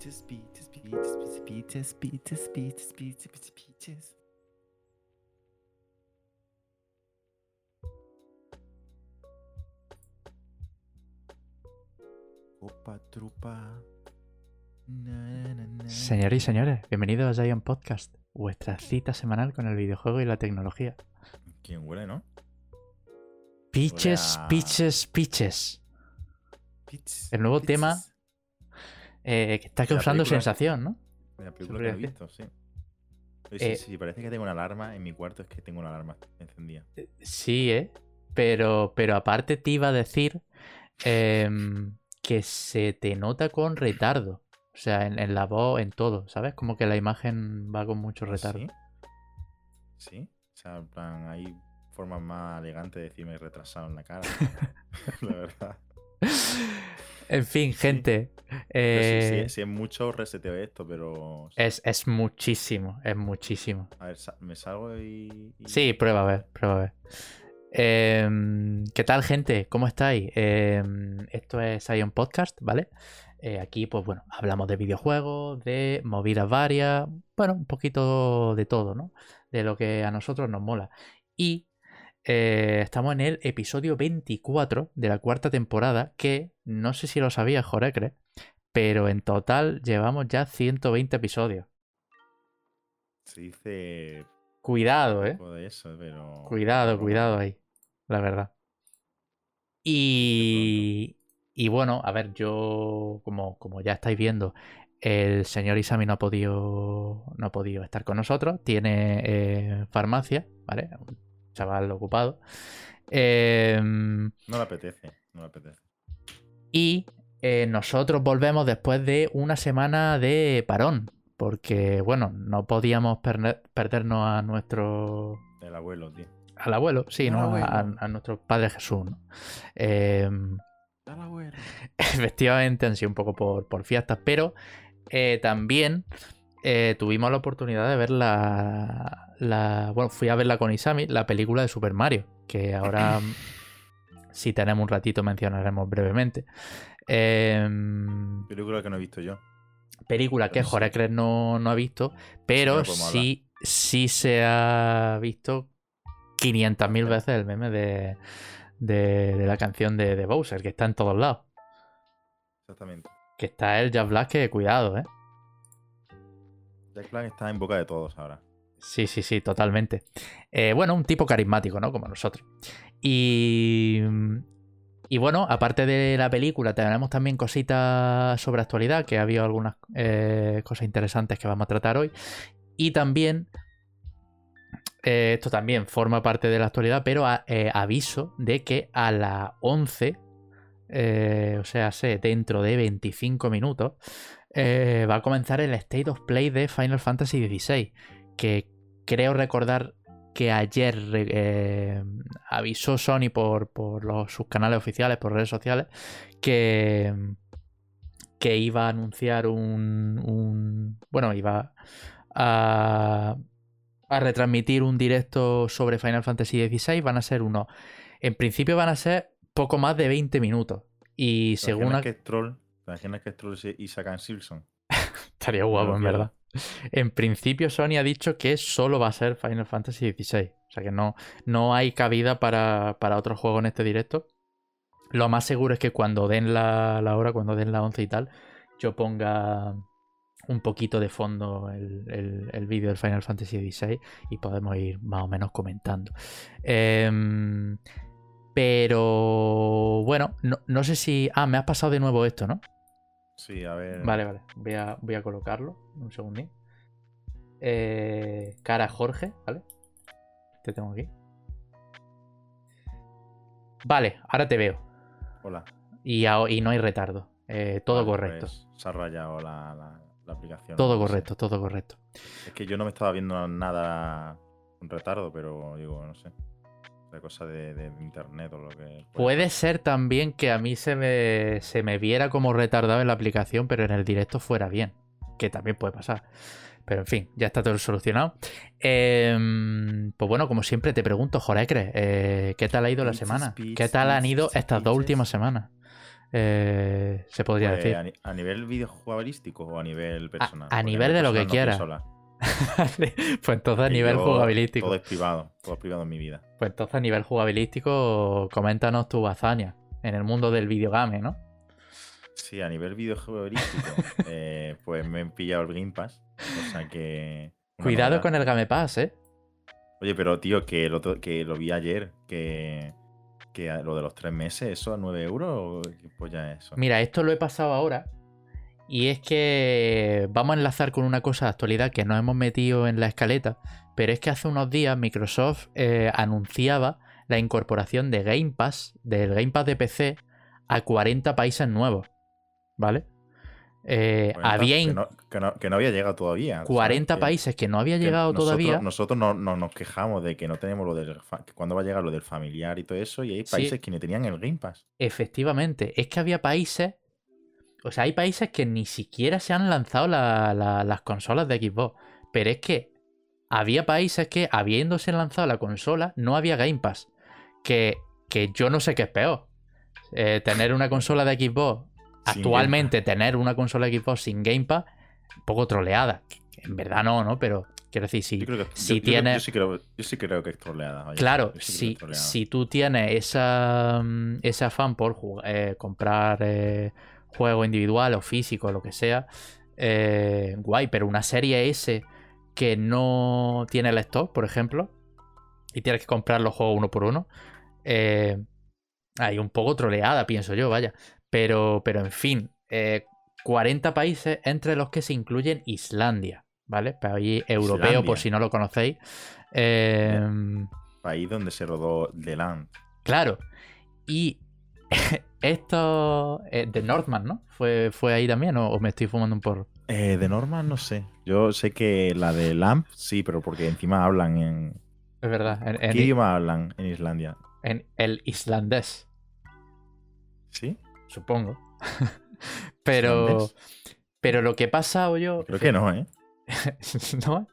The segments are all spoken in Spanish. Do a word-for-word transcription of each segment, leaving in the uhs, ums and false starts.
peaches, peaches, peaches, peaches, peaches, peaches, peaches, peaches. Opa, trupa. Na, na, na. Señores y señores, bienvenidos a Giant Podcast, vuestra cita semanal con el videojuego y la tecnología. ¿Quién huele, no? Pitches, Huele a- pitches, pitches. Peaches, El nuevo peaches. tema eh, que está la causando película. sensación, ¿no? De la se película podría que he decir. visto, sí. Oye, Eh, sí, sí, parece que tengo una alarma en mi cuarto, es que tengo una alarma encendida. Sí, ¿eh? Pero, pero aparte te iba a decir em, que se te nota con retardo. O sea, en, en la voz, en todo, ¿sabes? Como que la imagen va con mucho ¿Ah, retardo. ¿Sí? ¿Sí? O sea, en plan, hay formas más elegantes de decirme retrasado en la cara. La verdad. En fin, Sí. gente. Pero sí, sí, eh, sí, es mucho reseteo esto, pero... es, es muchísimo, es muchísimo. A ver, sa- me salgo y... y- Sí, prueba a ver, prueba a ver. Em, ¿qué tal, gente? ¿Cómo estáis? Em, esto es Zion Podcast, ¿vale? Eh, aquí, pues bueno, hablamos de videojuegos, de movidas varias, bueno, un poquito de todo, ¿no? De lo que a nosotros nos mola. Y eh, estamos en el episodio veinticuatro de la cuarta temporada, que no sé si lo sabías, Jorecre, pero en total llevamos ya ciento veinte episodios. Se dice Cuidado, ¿eh? poco de eso, pero... Cuidado, pero cuidado bueno, ahí, la verdad. Y, y bueno, a ver, yo, como, como ya estáis viendo, el señor Isami no ha podido, no ha podido estar con nosotros. Tiene eh, farmacia, ¿vale? Un chaval ocupado. Em, No le apetece, no le apetece. y eh, nosotros volvemos después de una semana de parón. Porque, bueno, no podíamos perne- perdernos a nuestro El abuelo, tío. al abuelo, sí, Al ¿no? A, abuelo. a- a nuestro Padre Jesús, ¿no? Em, Al abuelo. efectivamente han sido un poco por, por fiestas, pero eh, también eh, tuvimos la oportunidad de ver la, la- Bueno, fui a verla con Isami, la película de Super Mario, que ahora, si tenemos un ratito, mencionaremos brevemente. Em, Película que no he visto yo. película que Pero sí. Jorecres no, no ha visto, Así que pero no podemos sí, sí se ha visto quinientas mil veces el meme de, de, de la canción de, de Bowser, que está en todos lados. Exactamente. Que está el Jack Black, que cuidado, ¿eh? Jack Black está en boca de todos ahora. Sí, sí, sí, totalmente. Eh, bueno, un tipo carismático, ¿no? Como nosotros. Y, y bueno, aparte de la película, tenemos también cositas sobre actualidad, que ha habido algunas eh, cosas interesantes que vamos a tratar hoy. Y también, eh, esto también forma parte de la actualidad, pero a- eh, aviso de que a las once, eh, o sea, sé, dentro de veinticinco minutos, eh, va a comenzar el State of Play de Final Fantasy dieciséis, que creo recordar que ayer eh, avisó Sony por, por los, sus canales oficiales, por redes sociales, que, que iba a anunciar un, un bueno, iba a, a retransmitir un directo sobre Final Fantasy dieciséis. Van a ser unos, en principio van a ser poco más de veinte minutos. Y ¿Te según imaginas a- que es troll? ¿Te imaginas que es troll y sacan Simpson? estaría Me guapo, lo en pierdo. verdad. En principio Sony ha dicho que solo va a ser Final Fantasy dieciséis. O sea que no, no hay cabida para, para otro juego en este directo. Lo más seguro es que cuando den la, la hora, cuando den la once y tal, yo ponga un poquito de fondo el, el- el vídeo del Final Fantasy dieciséis y podemos ir más o menos comentando. Em, pero bueno, no, no sé si... Ah, me has pasado de nuevo esto, ¿no? Sí, a ver. Vale, vale. Voy a, voy a colocarlo. Un segundín. Eh, cara Jorge, ¿vale? Te tengo aquí. Vale, ahora te veo. Hola. Y, a- y no hay retardo. Eh, todo Vale, correcto. pues se ha rayado la, la- la aplicación. Todo no lo sé. correcto, todo correcto. Es que yo no me estaba viendo nada con retardo, pero digo, no sé. De cosa de, de internet o lo que. Puede ser también que a mí se me, se me viera como retardado en la aplicación, pero en el directo fuera bien. Que también puede pasar. Pero en fin, ya está todo solucionado. Em, pues bueno, como siempre te pregunto, Jorecre, eh, ¿qué tal ha ido la Piches, semana? piches, ¿Qué tal han piches, ido piches, estas dos piches. últimas semanas? Eh, Totalmente, se podría Pues, decir. a, ni- a nivel videojugabilístico o a nivel personal. A Porque nivel nivel de lo que personal no quieras. pienso hablar. Pues entonces a Que nivel yo, jugabilístico. todo es privado, todo es privado en mi vida. Pues entonces a nivel jugabilístico, coméntanos tu hazaña en el mundo del videogame, ¿no? Sí, a nivel videojueguístico, eh, pues me he pillado el Game Pass. O sea que. Una Cuidado novedad. con el Game Pass, ¿eh? Oye, pero tío, que lo, to- que lo vi ayer, que, que a- lo de los tres meses, ¿eso a nueve euros? ¿Qué polla es eso? Mira, esto lo he pasado ahora. Y es que vamos a enlazar con una cosa de actualidad que nos hemos metido en la escaleta. Pero es que hace unos días Microsoft eh, anunciaba la incorporación de Game Pass, del Game Pass de P C, a cuarenta países nuevos. ¿Vale? Eh, cuarenta, había que, in- no, que, no, que no había llegado todavía, ¿sabes? cuarenta Que, países que no había que llegado nosotros, todavía. nosotros no, no nos quejamos de que no tenemos lo del. fa- que cuándo va a llegar lo del familiar y todo eso, y hay países Sí, que ni tenían el Game Pass. efectivamente. Es que había países. O sea, hay países que ni siquiera se han lanzado la- la- las consolas de Xbox. Pero es que había países que, habiéndose lanzado la consola, no había Game Pass. Que, que yo no sé qué es peor. Eh, tener una consola de Xbox. Sin Actualmente, tener una consola de Xbox sin Game Pass, un poco troleada. Que en verdad no, ¿no? Pero quiero decir, si, Yo creo que. si yo, yo creo- tienes. yo sí creo, yo sí creo que es troleada. vaya. Claro, Yo sí creo que es si, troleada. si tú tienes esa, mm, ese afán por jug- eh, comprar eh, juegos individuales o físicos, lo que sea, eh, guay, pero una serie S que no tiene el stock, por ejemplo, y tienes que comprar los juegos uno por uno, eh, hay un poco troleada, pienso yo, vaya. Pero, pero en fin, eh, cuarenta países entre los que se incluyen Islandia, ¿vale? País europeo, por Islandia. si no lo conocéis. Eh, País donde se rodó The Land. Claro. Y esto. Eh, de Northman, ¿no? ¿Fue, fue ahí también o, o me estoy fumando un porro? Eh, de Norman no sé. Yo sé que la de Lamp sí, pero porque encima hablan en. Es verdad. En, ¿Qué en- idioma hablan en Islandia? en el islandés, ¿Sí? supongo. pero. ¿Islandés? Pero lo que he pasado yo. Creo que no, ¿eh? no.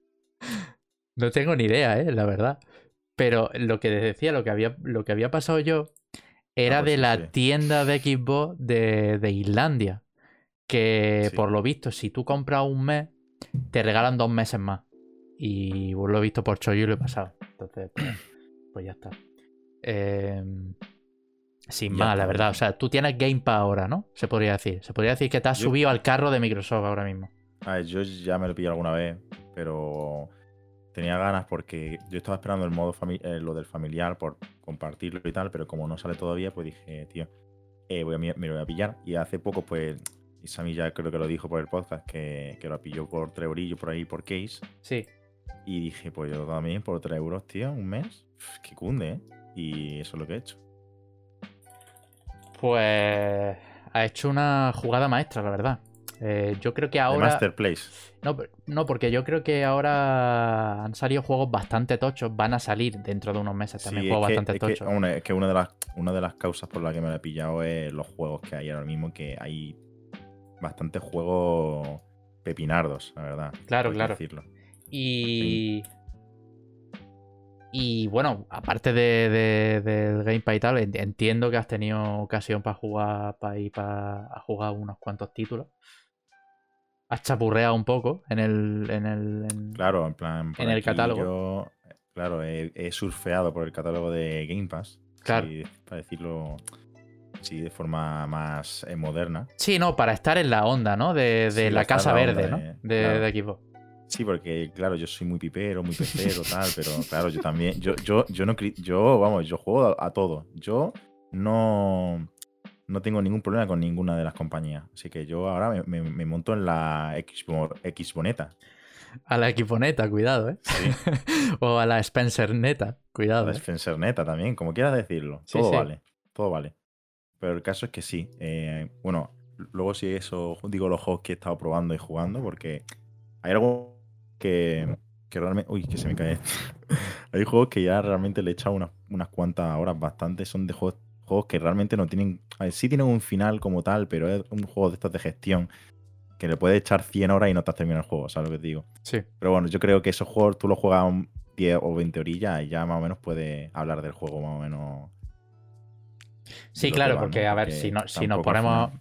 No tengo ni idea, ¿eh? La verdad. Pero lo que decía, lo que había, lo que había pasado yo era Ah, pues de sí, la sí. tienda de Xbox de, de Islandia. Que Sí. por lo visto, si tú compras un mes, te regalan dos meses más. Y vos lo he visto por chollo y lo he pasado. Entonces, pues, pues ya está. Eh, sin Ya más, está, la ya verdad. O está. sea, tú tienes Game Pass ahora, ¿no? Se podría decir. Se podría decir que te has Yo- subido al carro de Microsoft ahora mismo. A ver, yo ya me lo pillé alguna vez, pero tenía ganas porque yo estaba esperando el modo fami- eh, lo del familiar por compartirlo y tal, pero como no sale todavía, pues dije, tío, eh, voy a, mi- me lo voy a pillar. Y hace poco, pues, Isami ya creo que lo dijo por el podcast, que, que lo pilló por tres eurillos por ahí, por case. Sí. Y dije, pues yo también por tres euros, tío, un mes. Uf, qué cunde, ¿eh? Y eso es lo que he hecho. Pues ha hecho una jugada maestra, la verdad. Eh, yo creo que The ahora. Master Place. No, pero- no, porque yo creo que ahora han salido juegos bastante tochos. Van a salir dentro de unos meses también Sí, juegos es que, bastante es que, tochos. aún es que una de las una de las causas por las que me lo he pillado es los juegos que hay ahora mismo, que hay bastantes juegos pepinardos, la verdad. Claro, por así claro. decirlo. Y. Y bueno, aparte de, de- del Game Pass y tal, en- entiendo que has tenido ocasión para jugar, para ir para, a jugar unos cuantos títulos. Has chapurreado un poco en el. En el en- Claro, en plan. por En el aquí catálogo. Yo, claro, he, he surfeado por el catálogo de Game Pass. Claro. sí, para decirlo sí, de forma más eh, moderna. Sí, no, para estar en la onda, ¿no? De, de Sí, la estar en Casa la Verde, onda ¿no? de- De, claro. de Xbox. Sí, porque claro, yo soy muy pipero, muy pecero, tal, pero claro, yo también, yo, yo, yo no, cri- yo, vamos, yo juego a, a todo. Yo no, no tengo ningún problema con ninguna de las compañías. Así que yo ahora me, me- me monto en la Xbo- Xboneta. A la Equiponeta, cuidado, ¿eh? Sí, O a la Spencer Neta, cuidado, la ¿eh? Spencer Neta también, como quieras decirlo. Sí, Todo sí. vale, todo vale. Pero el caso es que sí. eh, bueno, luego sí eso, digo los juegos que he estado probando y jugando, porque hay algo que, que realmente... Uy, que se me cae esto. Hay juegos que ya realmente le he echado unas, unas cuantas horas bastante. Son de juegos, juegos que realmente no tienen... A ver, sí tienen un final como tal, pero es un juego de estos de gestión que le puedes echar cien horas y no te has terminado el juego, ¿sabes lo que te digo? Sí. Pero bueno, yo creo que esos juegos tú los juegas un diez o veinte orillas y ya más o menos puedes hablar del juego más o menos... Sí, lo que claro, va, porque ¿no? a ver, Porque si, no, si nos tampoco al ponemos. final-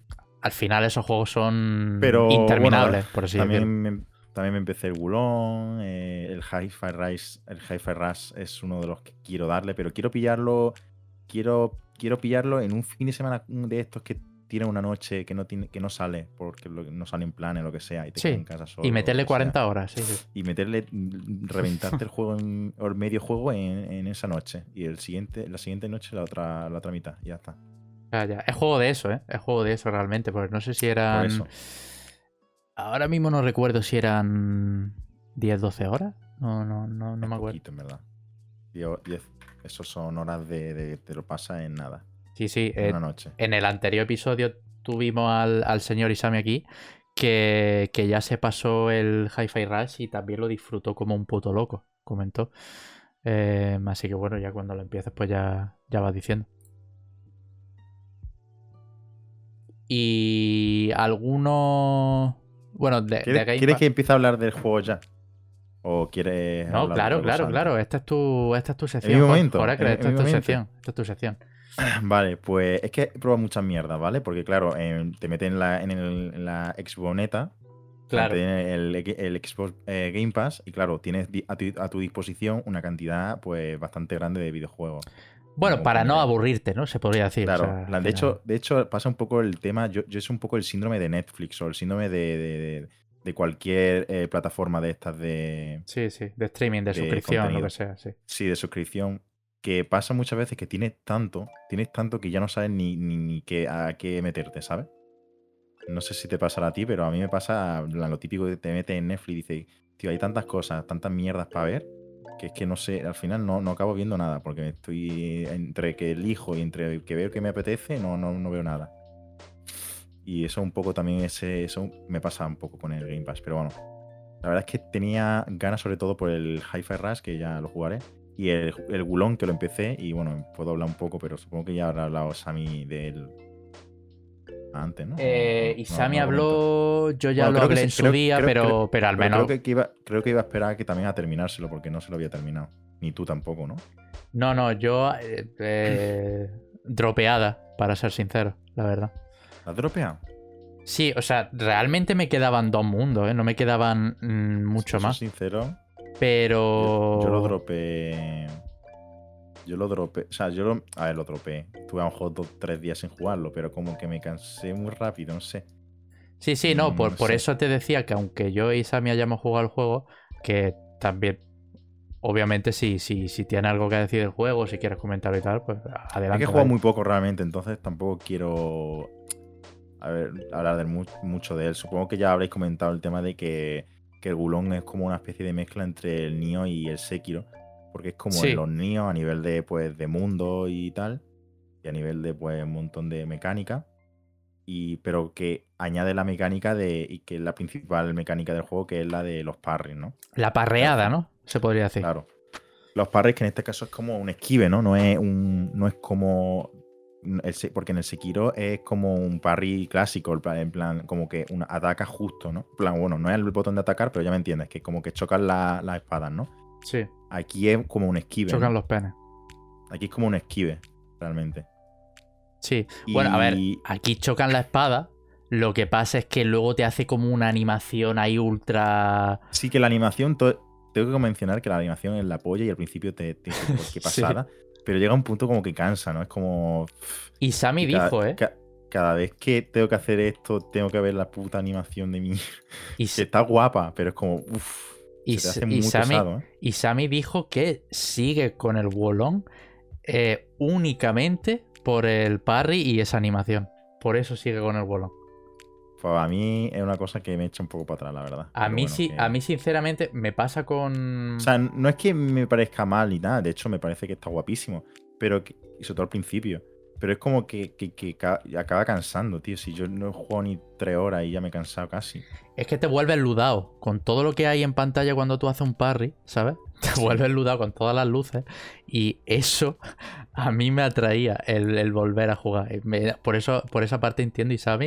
al final esos juegos son Pero, interminables, bueno, por así también decirlo. me, también me empecé el Wulong, eh, el Hi-Fi Rush, el Hi-Fi Rush es uno de los que quiero darle, pero quiero pillarlo, quiero, quiero pillarlo en un fin de semana de estos que tiene una noche que no tiene, que no sale, porque lo- no sale en planes, lo que sea, y te quedas Sí, en casa solo, y o lo meterle que sea. cuarenta horas, sí, sí. Y meterle, mm, reventarte el juego en, o el medio juego en, en esa noche. Y el siguiente, la siguiente noche la otra, la otra mitad. Y ya está. Ya, ya. Es juego de eso, ¿eh? Es juego de eso realmente, porque no sé si Por eran... eso. Ahora mismo no recuerdo si eran diez doce horas. No, no, no, no Es me acuerdo. poquito, en verdad. Diez, diez- esos son horas de, de- te lo pasas en nada. Sí, sí. En eh, una noche. en el anterior episodio tuvimos al, al señor Isami aquí, que, que ya se pasó el Hi-Fi Rush y también lo disfrutó como un puto loco, comentó. Eh, así que bueno, ya cuando lo empieces, pues ya, ya vas diciendo. Y algunos... Bueno, de, de ¿Quieres, Game ¿quieres Pass... que empiece a hablar del juego ya? ¿O quieres No, hablar de claro, otra cosa claro, antes? claro. Esta es tu, esta es tu En mi sección, Jorge. momento. En, Jorge, mi- esta en es mi tu momento. sección. Esta es tu sección. Vale, pues es que he probado muchas mierdas, ¿vale? Porque claro, em, te meten en la, en, el- en la Xboneta. Claro. El, el Xbox eh, Game Pass y claro, tienes di- a tu, a tu disposición una cantidad pues bastante grande de videojuegos. Bueno, Como para no poner- aburrirte, ¿no? Se podría decir. O Claro, sea, la- al de, final. hecho, de hecho pasa un poco el tema, yo, yo es un poco el síndrome de Netflix o el síndrome de, de- de- de cualquier eh, plataforma de estas de, Sí, sí. De streaming, de, de suscripción, lo contenido. que sea, sí. Sí, de suscripción, que pasa muchas veces que tienes tanto, tienes tanto que ya no sabes ni, ni, ni qué, a qué meterte, ¿sabes? No sé si te pasará a ti, pero a mí me pasa en plan, lo típico que te metes en Netflix y dices, tío, hay tantas cosas, tantas mierdas para ver, que es que no sé, al final no, no acabo viendo nada, porque estoy entre que elijo y entre que veo que me apetece, no, no, no veo nada. Y eso un poco también, ese, eso me pasa un poco con el Game Pass, pero bueno. La verdad es que tenía ganas sobre todo por el Hi-Fi Rush, que ya lo jugaré, y el, el Wulong, que lo empecé, y bueno, puedo hablar un poco, pero supongo que ya habrá hablado Sammy del antes, ¿no? O- Eh, o- no, Isami no lo comento. habló, yo ya Bueno, lo creo que hablé sí, en su creo, día, creo, pero, creo- pero al pero menos. creo que, que iba, creo que iba a esperar que también a terminárselo, porque no se lo había terminado. Ni tú tampoco, ¿no? No, no, yo. Eh, eh, dropeada, para ser sincero, la verdad. ¿La has dropeado? Sí, o sea, realmente me quedaban dos mundos, ¿eh? No me quedaban mm, mucho Si soy más. sincero, Pero. yo, yo lo dropeé. Yo lo dropeé. O sea, yo lo. A ver, lo dropeé. Estuve a lo mejor dos, tres días sin jugarlo, pero como que me cansé muy rápido, no sé. Sí, sí, no, Mm, por, no por sé. eso te decía que aunque yo y Isami hayamos jugado el juego, que también, obviamente, si, si, si tienes algo que decir del juego, si quieres comentar y tal, pues Es adelante. que he jugado vaya. muy poco realmente, entonces tampoco quiero a ver, hablar de mu- mucho de él. Supongo que ya habréis comentado el tema de que, que el Gulong es como una especie de mezcla entre el Nioh y el Sekiro. Porque es como en Sí, los Nioh a nivel de, pues, de mundo y tal. Y a nivel de pues, un montón de mecánica. Y, pero que añade la mecánica de. Y que es la principal mecánica del juego, que es la de los parries, ¿no? la Que parreada, hace. ¿no? Se podría decir. Claro. Los parries, que en este caso es como un esquive, ¿no? No es un. No es como. el se- porque en el Sekiro es como un parry clásico, en plan, en plan, como que una, ataca justo, ¿no? En plan, bueno, no es el botón de atacar, pero ya me entiendes, que como que chocan la- las espadas, ¿no? Sí, Aquí es como un esquive, chocan ¿no? los penes. Aquí es como un esquive, realmente. Sí, Y bueno, a ver, aquí chocan la espada. Lo que pasa es que luego te hace como una animación ahí ultra. sí que la animación, to- tengo que mencionar que la animación es la polla y al principio te, te dices, "Pues, qué Sí. pasada", pero llega un punto como que cansa, ¿no? Es como... Y Sammy que cada, dijo, ¿eh? ca- cada vez que tengo que hacer esto, tengo que ver la puta animación de mí. Y, Que está guapa, pero es como... Uff, y, se te hace y muy Sammy, pesado, ¿eh? y Sammy dijo que sigue con el Wolong eh, únicamente por el parry y esa animación. Por eso sigue con el Wolong. Pues a mí es una cosa que me echa un poco para atrás, la verdad. A Pero mí, bueno, sí, que- a mí sinceramente me pasa con... O sea, no es que me parezca mal ni nada, de hecho me parece que está guapísimo, pero que- y sobre todo al principio. Pero es como que, que- que ca- acaba cansando, tío. Si yo no he jugado ni tres horas y ya me he cansado casi. Es que te vuelves ludado con todo lo que hay en pantalla cuando tú haces un parry, ¿sabes? Te Sí. vuelves ludado con todas las luces y eso a mí me atraía el, el volver a jugar. Me- por eso, por esa parte entiendo Isami.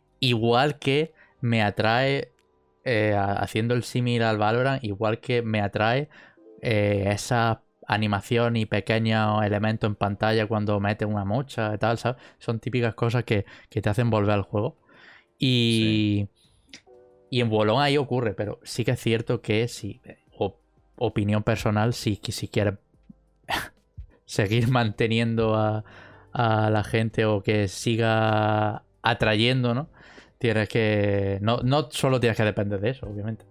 Igual que me atrae, eh, a- haciendo el símil al Valorant, igual que me atrae eh, esa animación y pequeños elementos en pantalla cuando metes una mocha y tal, ¿sabes? Son típicas cosas que, que te hacen volver al juego. Y, y en Wolong ahí ocurre, pero sí que es cierto que sí, o, opinión personal, sí que si quieres seguir manteniendo a, a la gente o que siga atrayendo, ¿no? Tienes que. No, no solo tienes que depender de eso, obviamente.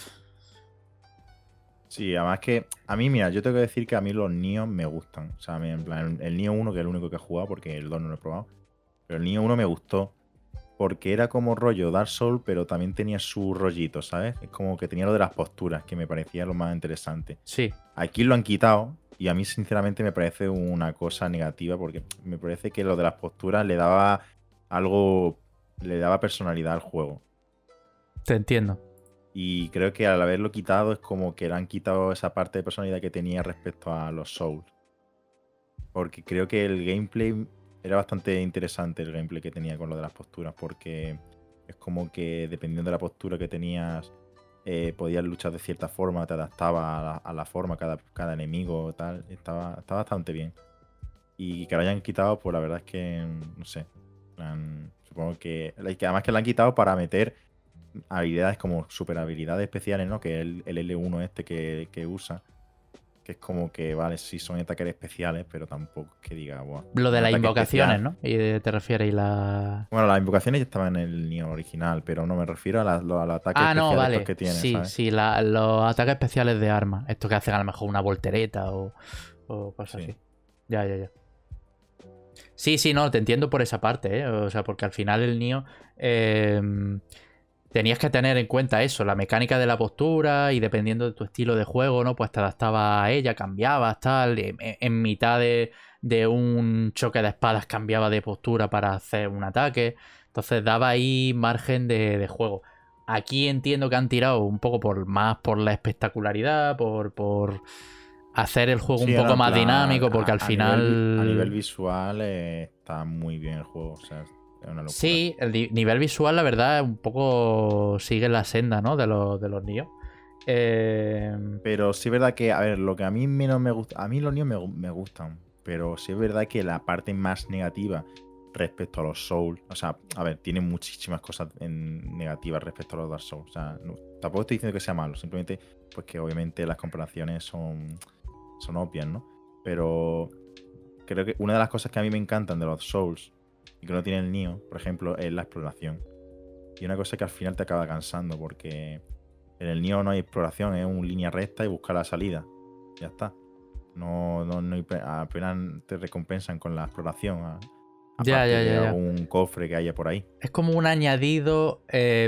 Sí, además que a mí, mira, yo tengo que decir que a mí los Nioh me gustan. O sea, a mí, en plan, el Nioh uno, que es el único que he jugado, porque el dos no lo he probado. Pero el Nioh uno me gustó porque era como rollo Dark Souls, pero también tenía su rollito, ¿sabes? Es como que tenía lo de las posturas, que me parecía lo más interesante. Sí. Aquí lo han quitado y a mí sinceramente me parece una cosa negativa porque me parece que lo de las posturas le daba algo, le daba personalidad al juego. Te entiendo. Y creo que al haberlo quitado es como que le han quitado esa parte de personalidad que tenía respecto a los Souls. Porque creo que el gameplay era bastante interesante, el gameplay que tenía con lo de las posturas, porque es como que dependiendo de la postura que tenías, eh, podías luchar de cierta forma, te adaptaba a la, a la forma, cada, cada enemigo, tal. Estaba, estaba bastante bien. Y que lo hayan quitado, pues la verdad es que, no sé. plan, supongo que, que además que lo han quitado para meter habilidades como super habilidades especiales, ¿no? Que es el, el L uno este que, que usa. Que es como que, vale, sí son ataques especiales, pero tampoco es que diga, buah. Lo de un las ataque invocaciones, especial. ¿no? Y de- te refieres y la. Bueno, las invocaciones ya estaban en el Nioh original, pero no me refiero a, las- lo- a los ataques Ah, no, especiales estos vale. que tiene, Sí, ¿sabes? sí, la- los ataques especiales de armas. Esto que hacen a lo mejor una voltereta o, o cosas Sí. así. Ya, ya, ya. Sí, sí, no, te entiendo por esa parte, ¿eh? O sea, porque al final el Nioh eh, tenías que tener en cuenta eso, la mecánica de la postura y dependiendo de tu estilo de juego, ¿no? Pues te adaptabas a ella, cambiabas, tal. En, en mitad de, de un choque de espadas cambiaba de postura para hacer un ataque. Entonces daba ahí margen de, de juego. Aquí entiendo que han tirado un poco por más por la espectacularidad, por, por hacer el juego un Sí, no, poco en más plan, dinámico, porque a, al a nivel, vi- a nivel final. visual eh, está muy bien el juego, o sea, es una locura. Sí, el di- nivel visual, la verdad, un poco sigue la senda, ¿no? De los, de los Nioh. Eh, Pero sí es verdad que, a ver, lo que a mí menos me gusta, a mí los Nioh me, gu- me gustan, pero sí es verdad que la parte más negativa respecto a los Souls, o sea, a ver, tiene muchísimas cosas en- negativas respecto a los Dark Souls, o sea, no- tampoco estoy diciendo que sea malo, simplemente pues que obviamente las comparaciones son, son obvias, ¿no? Pero creo que una de las cosas que a mí me encantan de los Souls y que no tiene el Nioh, por ejemplo, es la exploración. Y una cosa que al final te acaba cansando porque en el Nioh no hay exploración, es una línea recta y buscar la salida. Ya está. No, no, no hay pe- apenas te recompensan con la exploración, a- ya, aparte ya, de ya, ya. algún cofre que haya por ahí. Es como un añadido eh,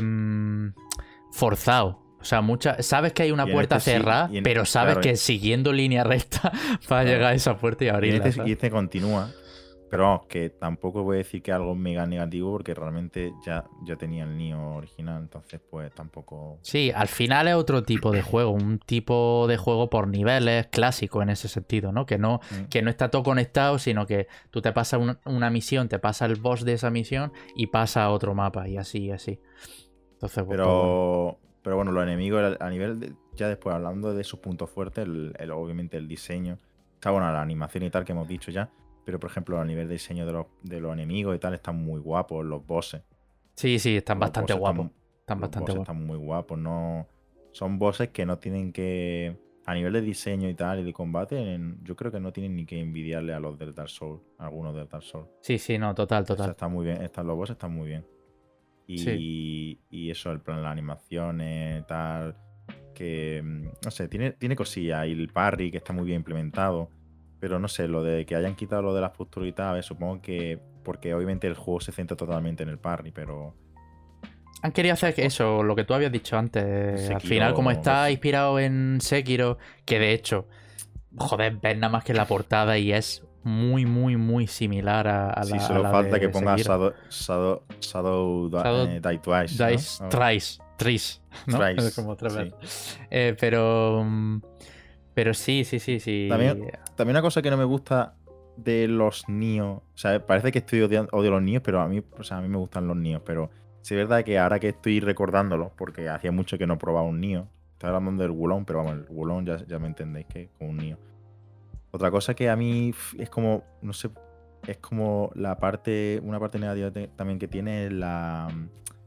forzado. O sea, mucha, sabes que hay una Y en puerta este sí, cerrada, y en- pero sabes claro, que siguiendo línea recta vas a claro. llegar a esa puerta y Y en abrirla, este, y ¿sabes? este continúa, pero vamos, que tampoco voy a decir que es algo mega negativo porque realmente ya, ya tenía el Nioh original, entonces pues tampoco... Sí, al final es otro tipo de juego, un tipo de juego por niveles clásico en ese sentido, ¿no? Que no, Mm. que no está todo conectado, sino que tú te pasas un- una misión, te pasa el boss de esa misión y pasa a otro mapa y así y así. Entonces, pues, pues, bueno. Pero, pero bueno, los enemigos a nivel, de- ya después hablando de sus puntos fuertes, el, el- obviamente el diseño, está bueno, la animación y tal que hemos dicho ya, pero por ejemplo a nivel de diseño de los, de los enemigos y tal están muy guapos, los bosses. Sí, sí, están Los bastante bosses guapos. están, Están los bastante bosses guapos. están muy guapos, no son bosses que no tienen que, a nivel de diseño y tal y de combate, en- yo creo que no tienen ni que envidiarle a los del Dark Souls, a algunos del Dark Souls. Sí, sí, no, total, O sea, total. está muy bien, están, los bosses están muy bien. Sí. Y, y eso, el plan, las animaciones, tal, que, mm, no sé, tiene, tiene cosillas. Y el parry, que está muy bien implementado. Pero no sé, lo de que hayan quitado lo de las posturas y tal, a ver, supongo que, porque obviamente el juego se centra totalmente en el parry, pero Han querido hacer que oh, eso, lo que tú habías dicho antes. Al final, como Sekiro, está uf, inspirado en Sekiro, que de hecho, joder, ves nada más que la portada y es muy, muy, muy similar a, a sí, la, a solo la falta de, que de ponga Sekiro. Shadow, Shadow, Shadow Shadow eh, Die Twice, ¿no? Dice Oh, Thrice, Tris, ¿no? Es Thrice, como otra sí. vez. Eh, pero. mm, Pero sí, sí, sí, sí. También, también una cosa que no me gusta de los Nioh, o sea, parece que estoy odiando odio los Nioh, pero a mí, o sea, a mí me gustan los Nioh, pero sí es verdad que ahora que estoy recordándolos, porque hacía mucho que no probaba un Nioh, estoy hablando del Wulong, pero vamos, el Wulong ya, ya me entendéis que es como un Nioh. Otra cosa que a mí f- es como, no sé, es como la parte, una parte negativa te- también que tiene es la,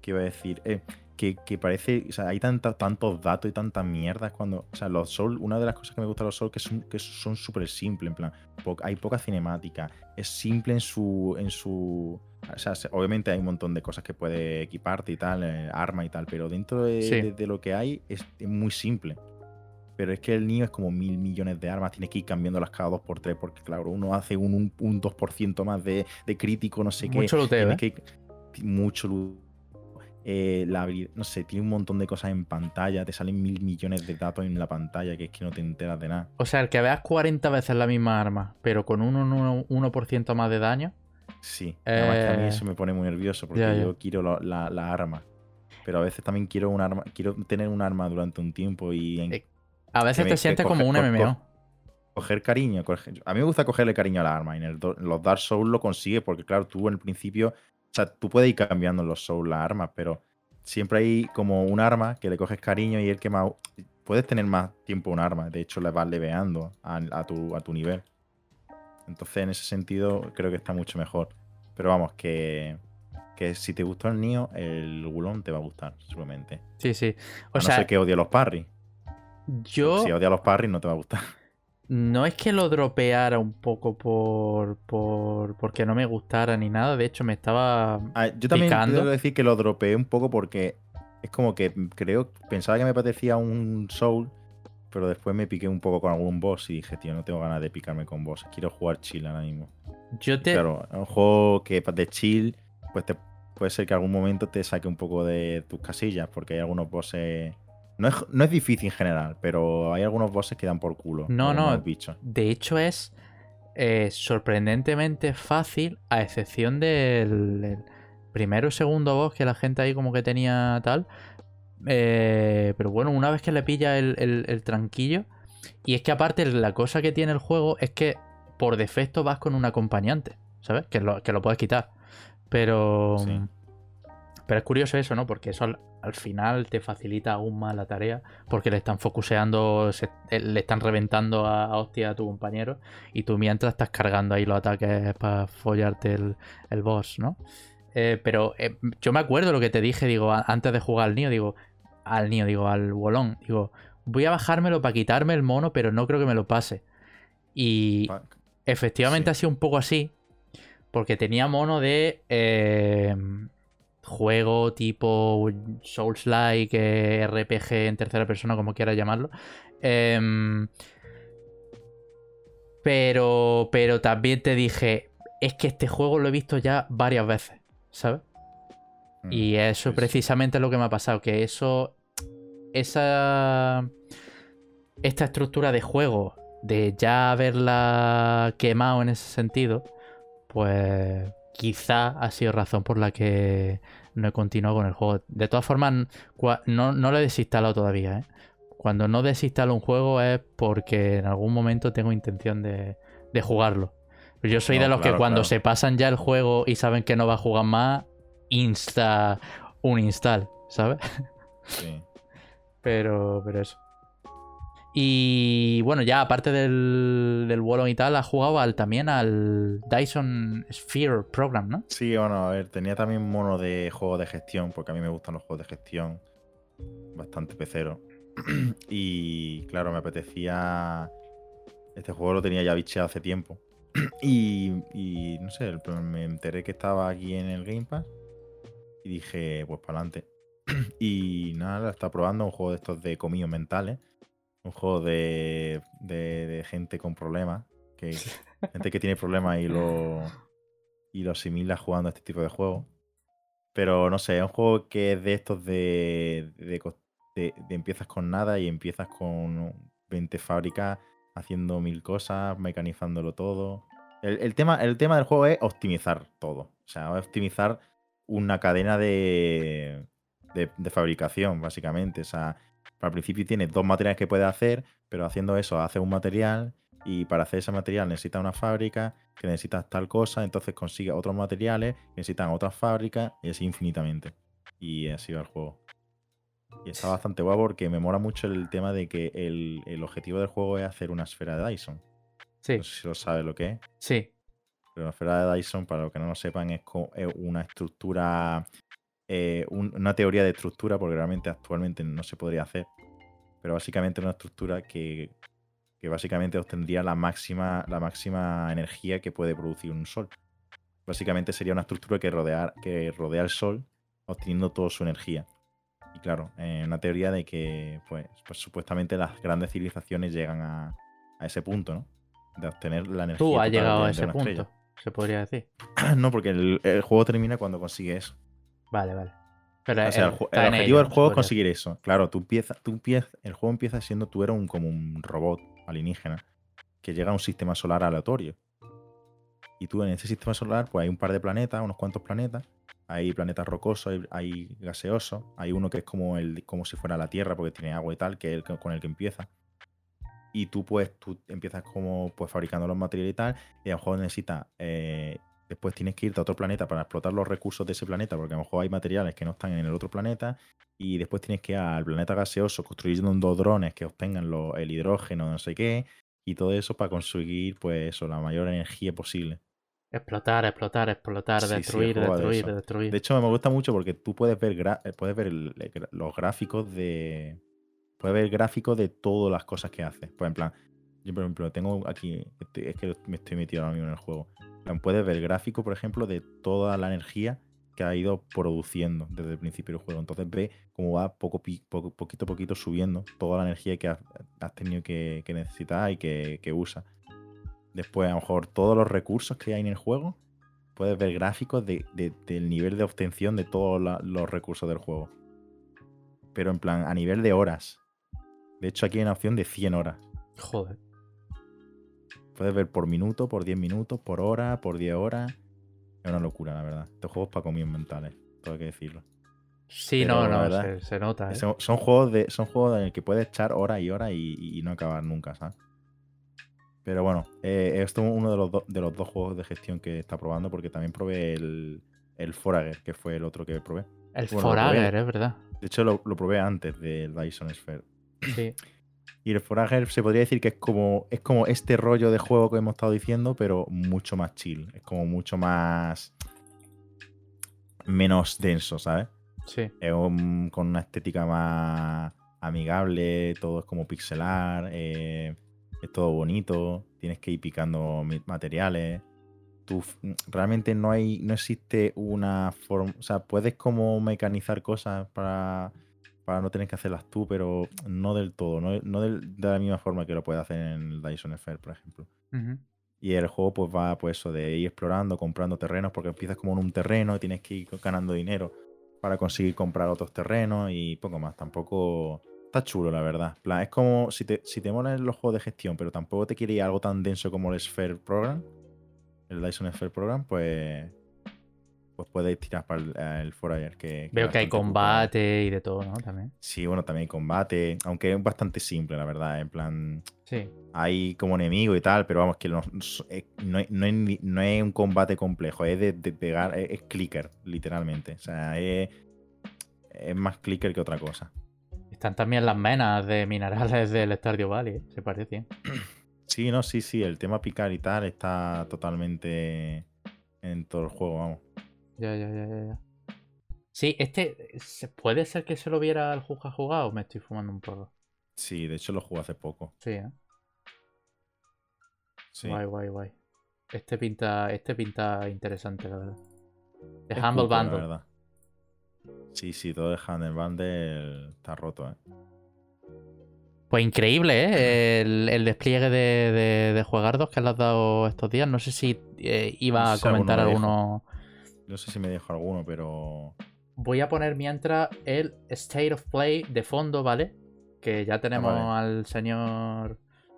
¿Qué iba a decir? Eh, que, que parece, o sea, hay tanta- tantos datos y tantas mierdas cuando, o sea, los Souls, una de las cosas que me gusta de los Souls que son que son súper simples, en plan, po- hay poca cinemática, es simple en su, en su, o sea, se- obviamente hay un montón de cosas que puede equiparte y tal, eh, arma y tal, pero dentro de, Sí. de- de lo que hay es, es muy simple. Pero es que el Nioh es como mil millones de armas, tienes que ir cambiándolas cada dos por tres, porque claro, uno hace un, un, un dos por ciento más de, de crítico, no sé qué, Mucho luteo, tienes ¿eh? que mucho luz. Eh, la habili- no sé, tiene un montón de cosas en pantalla, te salen mil millones de datos en la pantalla que es que no te enteras de nada. O sea, el que veas cuarenta veces la misma arma, pero con un uno- uno por ciento más de daño. Sí, y además que a mí Eh, eso me pone muy nervioso ya, porque ya. yo quiero la, la- la arma, pero a veces también quiero un arma, quiero tener un arma durante un tiempo y en- Eh, A que veces te me que sientes como coge- un co- co- M M O. coger cariño. coger- A mí me gusta cogerle cariño a la arma y en el do- en los Dark Souls lo consigues porque claro, tú en el principio, o sea, tú puedes ir cambiando en los Souls las armas, pero siempre hay como un arma que le coges cariño y el que más... Puedes tener más tiempo un arma, de hecho le vas leveando a, a tu, a tu nivel. Entonces en ese sentido creo que está mucho mejor. Pero vamos, que, que si te gustó el Nioh, el Wulong te va a gustar, seguramente. Sí, sí. O A no ser sea, que odie los parries. Porque si yo odias los parries no te va a gustar. no es que lo dropeara un poco por, por porque no me gustara ni nada. De hecho, me estaba Ah, yo también tengo que picando. decir que lo dropeé un poco porque es como que creo, pensaba que me parecía un Soul, pero después me piqué un poco con algún boss y dije, tío, no tengo ganas de picarme con boss. Quiero jugar chill ahora mismo. Yo Y te. claro, un juego que de chill, pues te, puede ser que algún momento te saque un poco de tus casillas, porque hay algunos bosses. No es, no es difícil en general, pero hay algunos bosses que dan por culo, No, algunos no. bichos. De hecho, es eh, sorprendentemente fácil, a excepción del, del primero o segundo boss que la gente ahí como que tenía tal. Eh, pero bueno, una vez que le pilla el, el- el tranquillo. Y es que aparte la cosa que tiene el juego es que por defecto vas con un acompañante, ¿sabes? Que lo, que lo puedes quitar. Pero... Sí. Pero es curioso eso, ¿no? Porque eso al, al final te facilita aún más la tarea. Porque le están focuseando, se- eh, le están reventando a, a hostia a tu compañero. Y tú mientras estás cargando ahí los ataques para follarte el, el boss, ¿no? Eh, pero eh, yo me acuerdo lo que te dije, digo, a- antes de jugar al Nioh, digo, al Nioh, digo, al Wolong, digo, voy a bajármelo para quitarme el mono, pero no creo que me lo pase. Y Pa- efectivamente sí. ha sido un poco así, porque tenía mono de eh, juego tipo Souls-like, eh, R P G en tercera persona, como quieras llamarlo. Em, pero, pero también te dije, es que este juego lo he visto ya varias veces, ¿sabes? Mm, Y eso sí, sí. precisamente es lo que me ha pasado, que eso, esa, esta estructura de juego, de ya haberla quemado en ese sentido, pues quizá ha sido razón por la que no he continuado con el juego. De todas formas, cua- no, no lo he desinstalado todavía, ¿eh? Cuando no desinstalo un juego es porque en algún momento tengo intención de, de jugarlo. Yo soy de No, los que claro, cuando claro. se pasan ya el juego y saben que no va a jugar más, insta un install, ¿sabes? Sí. Pero, pero eso. Y bueno, ya aparte del, del Wolong y tal, has jugado al, también al Dyson Sphere Program, ¿no? Sí, bueno, a ver, tenía también mono de juego de gestión, porque a mí me gustan los juegos de gestión, bastante pecero. Y claro, me apetecía. Este juego lo tenía ya bicheado hace tiempo. Y, y no sé, me enteré que estaba aquí en el Game Pass y dije, pues para adelante. Y nada, lo está probando, un juego de estos de comillos mentales, un juego de, de, de gente con problemas, que gente que tiene problemas y lo, y lo asimila jugando a este tipo de juegos. Pero no sé, es un juego que es de estos de, de, cos- de- de empiezas con nada y empiezas con veinte fábricas haciendo mil cosas, mecanizándolo todo. El, el tema, el tema del juego es optimizar todo. O sea, optimizar una cadena de, de, de fabricación, básicamente. O sea, al principio tienes dos materiales que puedes hacer, pero haciendo eso haces un material y para hacer ese material necesitas una fábrica, que necesitas tal cosa, entonces consigues otros materiales, que necesitan otras fábricas y así infinitamente. Y así va el juego. Y está bastante guapo porque me mola mucho el tema de que el, el objetivo del juego es hacer una esfera de Dyson. Sí, No sé si lo sabes lo que es. sí. Pero la esfera de Dyson, para los que no lo sepan, es, co- es una estructura eh, un- una teoría de estructura, porque realmente actualmente no se podría hacer, pero básicamente una estructura que, que básicamente obtendría la máxima, la máxima energía que puede producir un sol. Básicamente sería una estructura que rodea, que rodea el sol, obteniendo toda su energía. Y claro, eh, una teoría de que, pues, pues supuestamente las grandes civilizaciones llegan a, a ese punto, ¿no? De obtener la Tú energía has total llegado a de, de ese una estrella. punto, se podría decir. No, porque el, el juego termina cuando consigue eso. Vale, vale. Pero O sea, el, eh, ju- el está en objetivo ello, del ¿no? Se juego es podría decir. conseguir eso. Claro, tú empiezas, tú empiezas, el juego empieza siendo tú eres un, como un robot alienígena que llega a un sistema solar aleatorio. Y tú en ese sistema solar, pues hay un par de planetas, unos cuantos planetas. Hay planetas rocosos, hay, hay gaseosos. Hay uno que es como el, como si fuera la Tierra, porque tiene agua y tal, que es el que- con el que empieza. Y tú, pues, tú empiezas como pues fabricando los materiales y tal. Y a lo mejor necesitas. eh, después tienes que irte a otro planeta para explotar los recursos de ese planeta, porque a lo mejor hay materiales que no están en el otro planeta. Y después tienes que ir al planeta gaseoso construyendo dos drones que obtengan lo- el hidrógeno, no sé qué. Y todo eso para conseguir, pues, eso, la mayor energía posible. Explotar, explotar, explotar, Sí, sí, el destruir, juego va de destruir, eso. De destruir. hecho, me gusta mucho porque tú puedes ver, gra- eh, puedes ver el- el gra- los gráficos de. Puedes ver gráficos de todas las cosas que haces. Pues en plan, yo por ejemplo tengo aquí. este- Es que me estoy metido ahora mismo en el juego. En plan, puedes ver gráfico, por ejemplo, de toda la energía que ha ido produciendo desde el principio del juego. Entonces ve cómo va poco, pi- poco- poquito a poquito subiendo toda la energía que has, has tenido que, que necesitar y que, que usas. Después, a lo mejor, todos los recursos que hay en el juego puedes ver gráficos de, de- del nivel de obtención de todos la- los recursos del juego. Pero en plan, a nivel de horas. De hecho, aquí hay una opción de cien horas. Joder. Puedes ver por minuto, por diez minutos, por hora, por diez horas. Es una locura, la verdad. Estos juegos para comidas mentales, todo hay que decirlo. Sí, no, Pero la no, verdad, se, se nota, es- ¿eh? son, son juegos de, son juegos en el que puedes echar horas y horas y, y- y no acabar nunca, ¿sabes? Pero bueno, eh, esto es uno de los, do- de los dos juegos de gestión que está probando, porque también probé el, el Forager, que fue el otro que probé. El Bueno, lo probé. Forager, es verdad. De hecho, lo, lo probé antes del Dyson Sphere. Sí. Y el Forager se podría decir que es como, es como este rollo de juego que hemos estado diciendo, pero mucho más chill. Es como mucho más. Menos denso, ¿sabes? Sí. Es un- con una estética más amigable, todo es como pixelar, eh, es todo bonito, tienes que ir picando mi- materiales. Tú, f- realmente no hay, no existe una forma, o sea, puedes como mecanizar cosas para, para no tener que hacerlas tú, pero no del todo, no, no del- de la misma forma que lo puedes hacer en el Dyson Sphere, por ejemplo. Ujú. Y el juego pues va pues eso de ir explorando, comprando terrenos, porque empiezas como en un terreno y tienes que ir ganando dinero para conseguir comprar otros terrenos y poco más. Tampoco está chulo, la verdad. En plan, es como si te, si te molan los juegos de gestión, pero tampoco te quiere ir a algo tan denso como el Sphere Program, el Dyson Sphere Program, pues, pues puedes tirar para el, el Forager, que, que es Veo que hay bastante cuco, la verdad. combate y de todo, ¿no? También. Sí, bueno, también hay combate, aunque es bastante simple, la verdad. En plan, Sí. hay como enemigo y tal, pero vamos, que no, es- no, es- no es, ni- no es un combate complejo, es de, de pegar, es, es clicker, literalmente. O sea, es, es más clicker que otra cosa. Están también las menas de minerales del Stardew Valley, ¿eh? Se parecen. Sí, no, sí, sí, el tema picar y tal está totalmente en todo el juego, vamos. Ya, ya, ya, ya, ya. Sí, este. ¿se- ¿Puede ser que se lo viera al Juja jugado o me estoy fumando un porro? Sí, de hecho lo jugué hace poco. Sí, ¿eh? Sí. Guay, guay, guay. Este pinta, este pinta interesante, la verdad. The Es Humble cuco, la Bundle. verdad. Sí, sí, todo el Handle Bundle está roto, ¿eh? Pues increíble, ¿eh? El, el despliegue de, de, de juegardos que le has dado estos días. No sé si eh, No iba sé a si alguno comentar me dejo. alguno. No sé si me dejo alguno, pero. Voy a poner mientras el State of Play de fondo, ¿vale? Que ya tenemos Ah, vale. al señor.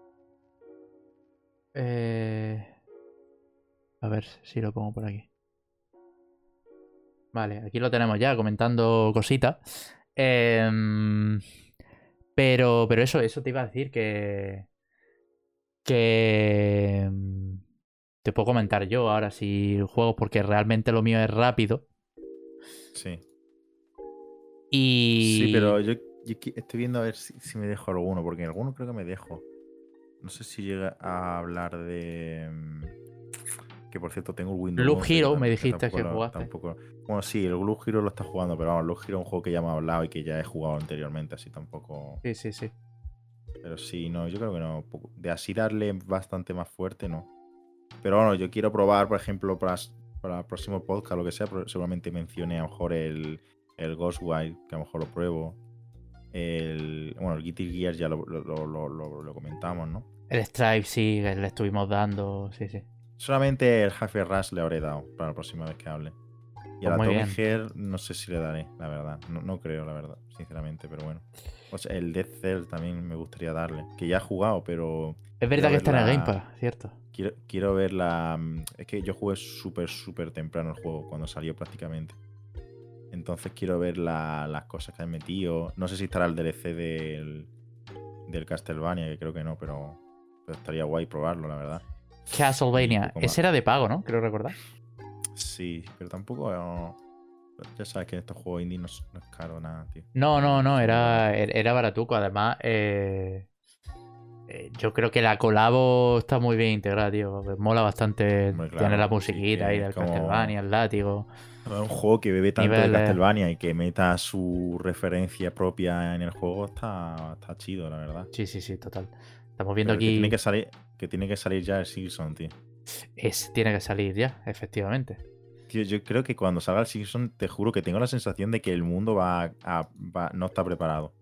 Eh... A ver si lo pongo por aquí. Vale, aquí lo tenemos ya comentando cositas. Em, Pero, pero eso, eso te iba a decir que. Que. em, Te puedo comentar yo ahora si juego, porque realmente lo mío es rápido. Sí. Y. Sí, pero yo, yo qui- estoy viendo a ver si, si me dejo alguno, porque alguno creo que me dejo. No sé si llega a hablar de. mm, Que por cierto tengo el Windows Loop once, Hero, que, me que dijiste que lo, jugaste. tampoco... Bueno, sí, el Loop Hero lo está jugando, pero vamos, Loop Hero es un juego que ya me ha hablado y que ya he jugado anteriormente, así tampoco... Sí, sí, sí. Pero sí, no, yo creo que no. De así darle bastante más fuerte, no. Pero bueno, yo quiero probar, por ejemplo, para, para el próximo podcast, lo que sea, seguramente mencione a lo mejor el, el Ghostwire, que a lo mejor lo pruebo. El, bueno, el Guilty Gear ya lo, lo, lo, lo, lo comentamos, ¿no? El Stripe sí, le estuvimos dando, sí, sí. Solamente el Half-Life Rush le habré dado para la próxima vez que hable. Y Pues a la muy Tommy bien. Hair no sé si le daré, la verdad. No, no creo, la verdad, sinceramente, pero bueno. O sea, el Dead Cell también me gustaría darle. Que ya he jugado, pero... Es quiero verdad que está en el Game verla- Pass, ¿cierto? Quiero, quiero ver la... Es que yo jugué súper, súper temprano el juego, cuando salió prácticamente. Entonces quiero ver la- las cosas que han metido. No sé si estará el D L C del, del Castlevania, que creo que no, pero, pero estaría guay probarlo, la verdad. Y Castlevania, poco más. ese era de pago, ¿no? Creo recordar. Sí, pero tampoco... no- ya sabes que en estos juegos indie no, es- no es caro nada, tío. No, no, no, Son muy baratos. era, era baratuco. Además, eh, eh, yo creo que la colabo está muy bien integrada, tío. Mola bastante. Hombre, Tiene la claro, sí, musiquita ahí que es del como... Castlevania, el látigo, Un juego que bebe tanto de niveles. Castlevania y que meta su referencia propia en el juego está, está chido, la verdad. Sí, sí, sí, total. Estamos viendo Pero que tiene aquí. que salir, que tiene que salir ya el Silson, tío. Es, tiene que salir ya, efectivamente. Tío, yo creo que cuando salga el Silson, te juro que tengo la sensación de que el mundo va a, va- no está preparado.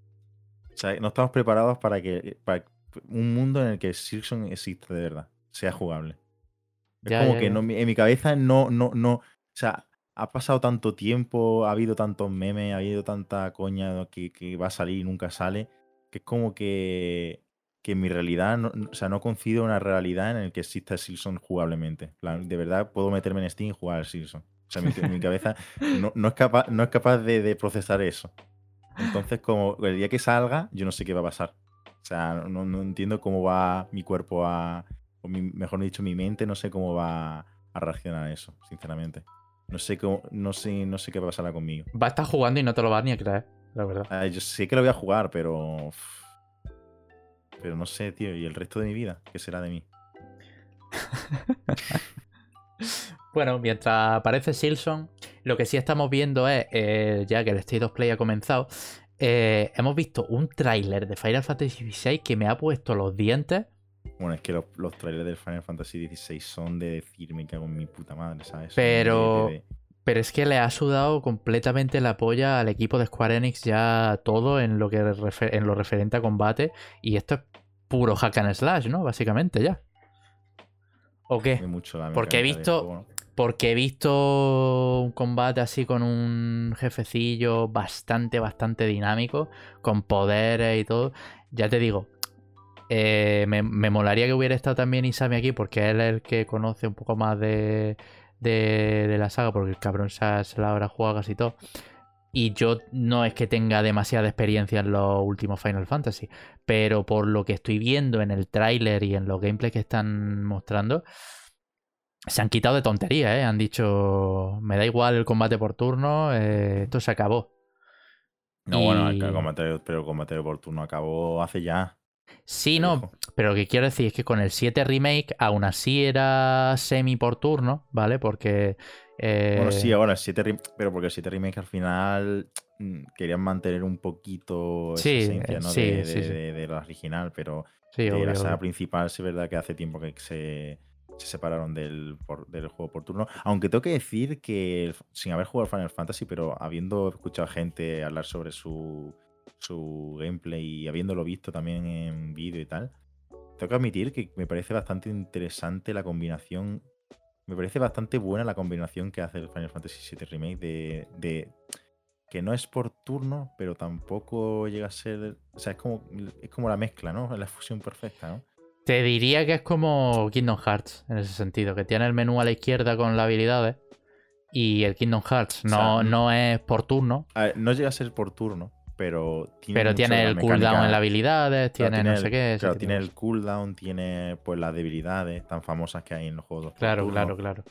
O sea, no estamos preparados para que para un mundo en el que el Silson exista de verdad, sea jugable. Es Ya, como ya, que ya. no, en mi cabeza no, no, no. O sea, ha pasado tanto tiempo, ha habido tantos memes, ha habido tanta coña que, que va a salir y nunca sale, que es como que, que en mi realidad, no, no- o sea, no coincido una realidad en la que exista el Silson jugablemente. En plan, de verdad puedo meterme en Steam y jugar al Silson. O sea, mi, mi cabeza no, no es capaz, no es capaz de, de procesar eso. Entonces, como el día que salga, yo no sé qué va a pasar. O sea, no, no entiendo cómo va mi cuerpo a, o mi- mejor dicho, mi mente, no sé cómo va a reaccionar a eso, sinceramente. No sé cómo, no sé, no sé qué pasará conmigo. Va a estar jugando y no te lo vas ni a creer, la verdad. Ah, yo sé que lo voy a jugar, pero. uf, Pero no sé, tío. ¿Y el resto de mi vida? ¿Qué será de mí? Bueno, mientras aparece Silson, lo que sí estamos viendo es, eh, ya que el State of Play ha comenzado, eh, hemos visto un tráiler de Final Fantasy dieciséis que me ha puesto los dientes. Bueno, es que los, los trailers del Final Fantasy dieciséis son de decir me cago en mi puta madre, ¿sabes? Son de, de- Pero, de- pero es que le ha sudado completamente la polla al equipo de Square Enix ya todo en lo que refer- en lo referente a combate. Y esto es puro hack and slash, ¿no? Básicamente ya. ¿O qué? de mucho la Porque he mecánica del visto. juego, ¿no? Porque he visto un combate así con un jefecillo bastante, bastante dinámico, con poderes y todo. Ya te digo, eh, me, me molaría que hubiera estado también Isami aquí, porque él es el que conoce un poco más de, de, de la saga, porque el cabrón se, se la habrá jugado casi todo. Y yo no es que tenga demasiada experiencia en los últimos Final Fantasy, pero por lo que estoy viendo en el tráiler y en los gameplays que están mostrando, se han quitado de tonterías, ¿eh? Han dicho, me da igual el combate por turno, eh, esto se acabó. No, bueno, el Y combate, pero el combate por turno acabó hace ya, sí, no, viejo. pero lo que quiero decir es que con el siete Remake aún así era semi por turno, ¿vale? Porque... Bueno, sí, eh, ahora el siete Remake, pero porque el siete Remake al final mm, querían mantener un poquito esa sí, esencia, eh, ¿no? sí, De, sí, de, sí, de- de la original, pero sí, de la obvio, saga obvio. principal sí es verdad que hace tiempo que se, se separaron del, por- del juego por turno. Aunque tengo que decir que, sin haber jugado Final Fantasy, pero habiendo escuchado gente hablar sobre su, su gameplay y habiéndolo visto también en vídeo y tal, tengo que admitir que me parece bastante interesante la combinación. Me parece bastante buena la combinación que hace el Final Fantasy siete Remake de, de que no es por turno, pero tampoco llega a ser. O sea, es como, es como la mezcla, ¿no? La fusión perfecta, ¿no? Te diría que es como Kingdom Hearts, en ese sentido, que tiene el menú a la izquierda con las habilidades y el Kingdom Hearts O sea, no, n- no es por turno, a ver, no llega a ser por turno, pero tiene pero mucho de tiene la el cooldown en las mecánica. habilidades, Claro, tiene tiene no sé el, qué, ese claro, tipo de tiene el cosas. cooldown, tiene pues las debilidades tan famosas que hay en los juegos por Claro, turno. claro, claro.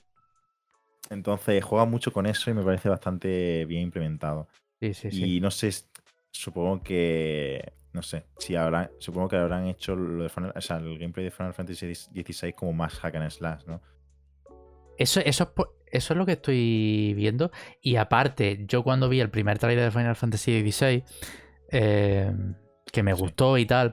Entonces juega mucho con eso y me parece bastante bien implementado. Sí, sí, sí. Y no sé, s- supongo que. No sé, si habrán. Supongo que habrán hecho lo de Final, o sea, el gameplay de Final Fantasy dieciséis como más hack and slash, ¿no? Eso, eso, es, po- eso es lo que estoy viendo. Y aparte, yo cuando vi el primer trailer de Final Fantasy dieciséis, eh, que me Sí. gustó y tal,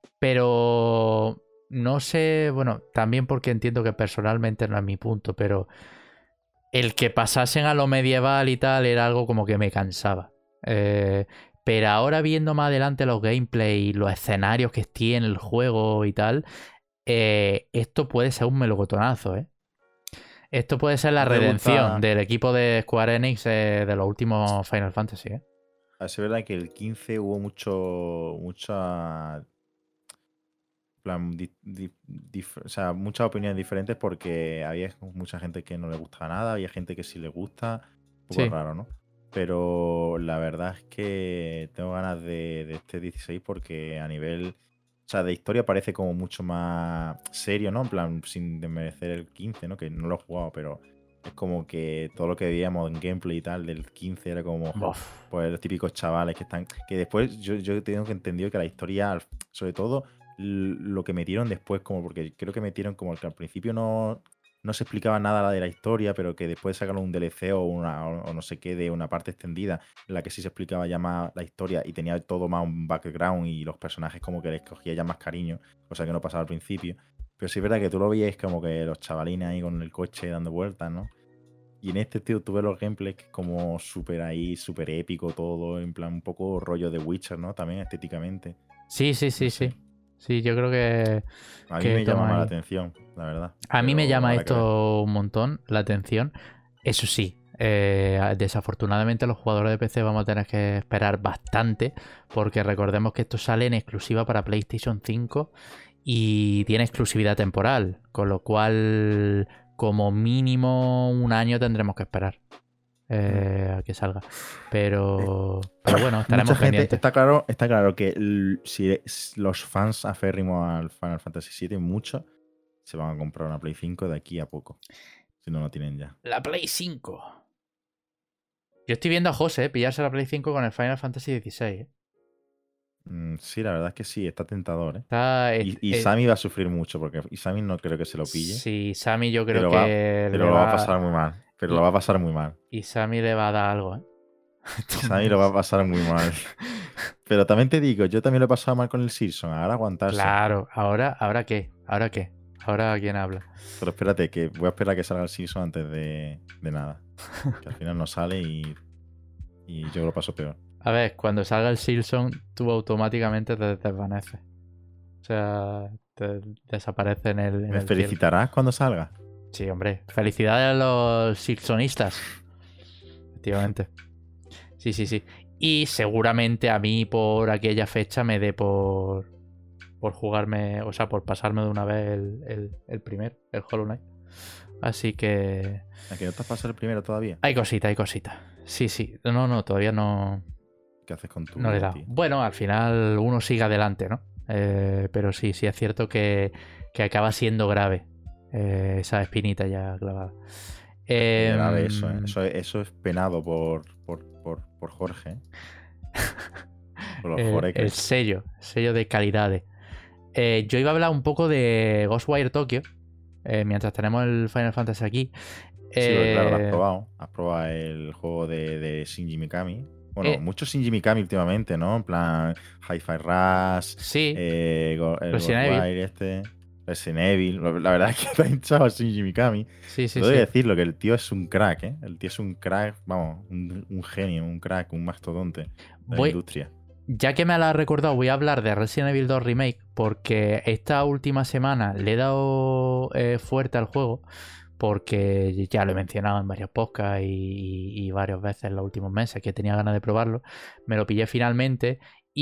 pero no sé, bueno, también porque entiendo que personalmente no es mi punto, pero el que pasasen a lo medieval y tal era algo como que me cansaba. Eh, pero ahora viendo más adelante los gameplay y los escenarios que tiene el juego y tal, eh, esto puede ser un melocotonazo, ¿eh? Esto puede ser la ¿No te redención gusta? del equipo de Square Enix eh, de los últimos Final Fantasy, ¿eh? Es verdad que el quince hubo mucho, mucha, plan, di- di- dif- o sea, muchas opiniones diferentes porque había mucha gente que no le gustaba nada, había gente que sí le gusta, un poco Sí, raro, ¿no? Pero la verdad es que tengo ganas de, de este dieciséis porque a nivel, o sea, de historia parece como mucho más serio, ¿no? En plan, sin desmerecer el quince, ¿no? Que no lo he jugado, pero es como que todo lo que veíamos en gameplay y tal del quince era como, jo, bof. pues los típicos chavales que están, que después yo, yo tengo que entender que la historia, sobre todo l- lo que metieron después, como porque creo que metieron como que al principio no, no se explicaba nada de la historia, pero que después sacaron un D L C o, una, o, o no sé qué de una parte extendida en la que sí se explicaba ya más la historia y tenía todo más un background y los personajes como que les cogía ya más cariño, cosa que no pasaba al principio. Pero sí es verdad que tú lo veías como que los chavalines ahí con el coche dando vueltas, ¿no? Y en este, tío, tuve los gameplays que es como súper ahí, súper épico todo, en plan un poco rollo de Witcher, ¿no? También estéticamente. Sí, sí, No sí, sé. sí. Sí, yo creo que, A mí que me llama toma más la ahí. atención, la verdad. A mí me Pero llama habrá que ver. esto un montón la atención. Eso sí, eh, desafortunadamente los jugadores de P C vamos a tener que esperar bastante porque recordemos que esto sale en exclusiva para PlayStation cinco y tiene exclusividad temporal, con lo cual como mínimo un año tendremos que esperar Mm. eh, a que salga. Eh, Pero, pero bueno, Mucha estaremos gente, pendientes. está claro, está claro que l- si es- los fans aférrimos al Final Fantasy siete, muchos se van a comprar una Play cinco de aquí a poco. Si no, lo tienen ya. La Play cinco. Yo estoy viendo a José eh, pillarse la Play cinco con el Final Fantasy dieciséis. eh. Mm, sí, la verdad es que sí, está tentador, ¿eh? Está, Y, et- y et- Sammy va a sufrir mucho porque Sammy no creo que se lo pille, sí, Sammy yo creo pero va, que pero le lo va a pasar va. muy mal. Pero lo Y, va a pasar muy mal. y Sammy le va a dar algo, ¿eh? Y Estos Sammy lo va a meses. pasar muy mal. Pero también te digo, yo también lo he pasado mal con el Silson. Ahora aguantarse. Claro, ahora, ¿ahora qué? ¿Ahora qué? ¿Ahora quién habla? Pero espérate, que voy a esperar a que salga el Silson antes de, de nada. Que al final no sale y, y yo lo paso peor. A ver, cuando salga el Silson, tú automáticamente te desvaneces. O sea, te desaparece en el, en ¿Me el cielo. felicitarás cuando salga? Sí, hombre. Felicidades a los Silsonistas. Efectivamente. Sí, sí, sí. Y seguramente a mí por aquella fecha me dé por, por jugarme, o sea, por pasarme de una vez el, el, el primer, el Hollow Knight. Así que ¿A que no te has pasado el primero todavía? hay cosita, hay cosita. Sí, sí. No, no, todavía no, ¿Qué haces con tu no le he vida, dado. tío? Bueno, al final uno sigue adelante, ¿no? Eh, pero sí, sí es cierto que, que acaba siendo grave eh, esa espinita ya clavada. Es Eh, grave eso, ¿eh? Eso, es- eso es penado por, por, por, por Jorge, ¿eh? Por los el, el Jorecres. sello, sello de calidades. Eh, yo iba a hablar un poco de Ghostwire Tokyo, eh, mientras tenemos el Final Fantasy aquí. Sí, porque claro, lo has Eh, probado. Has probado el juego de, de Shinji Mikami. Bueno, eh, mucho Shinji Mikami últimamente, ¿no? En plan, Hi-Fi Rush, sí, eh, Go- el Resident Evil. Ghostwire este, Resident Evil. La la verdad es que te ha hinchado Shinji Mikami. Sí, sí, Todo hay que sí. decirlo, que el tío es un crack, ¿eh? El tío es un crack, vamos, un, un genio, un crack, un mastodonte de la Voy, industria. ya que me lo has recordado, voy a hablar de Resident Evil dos Remake porque esta última semana le he dado eh, fuerte al juego porque ya lo he mencionado en varios podcasts y, y- y varias veces en los últimos meses que tenía ganas de probarlo. Me lo pillé finalmente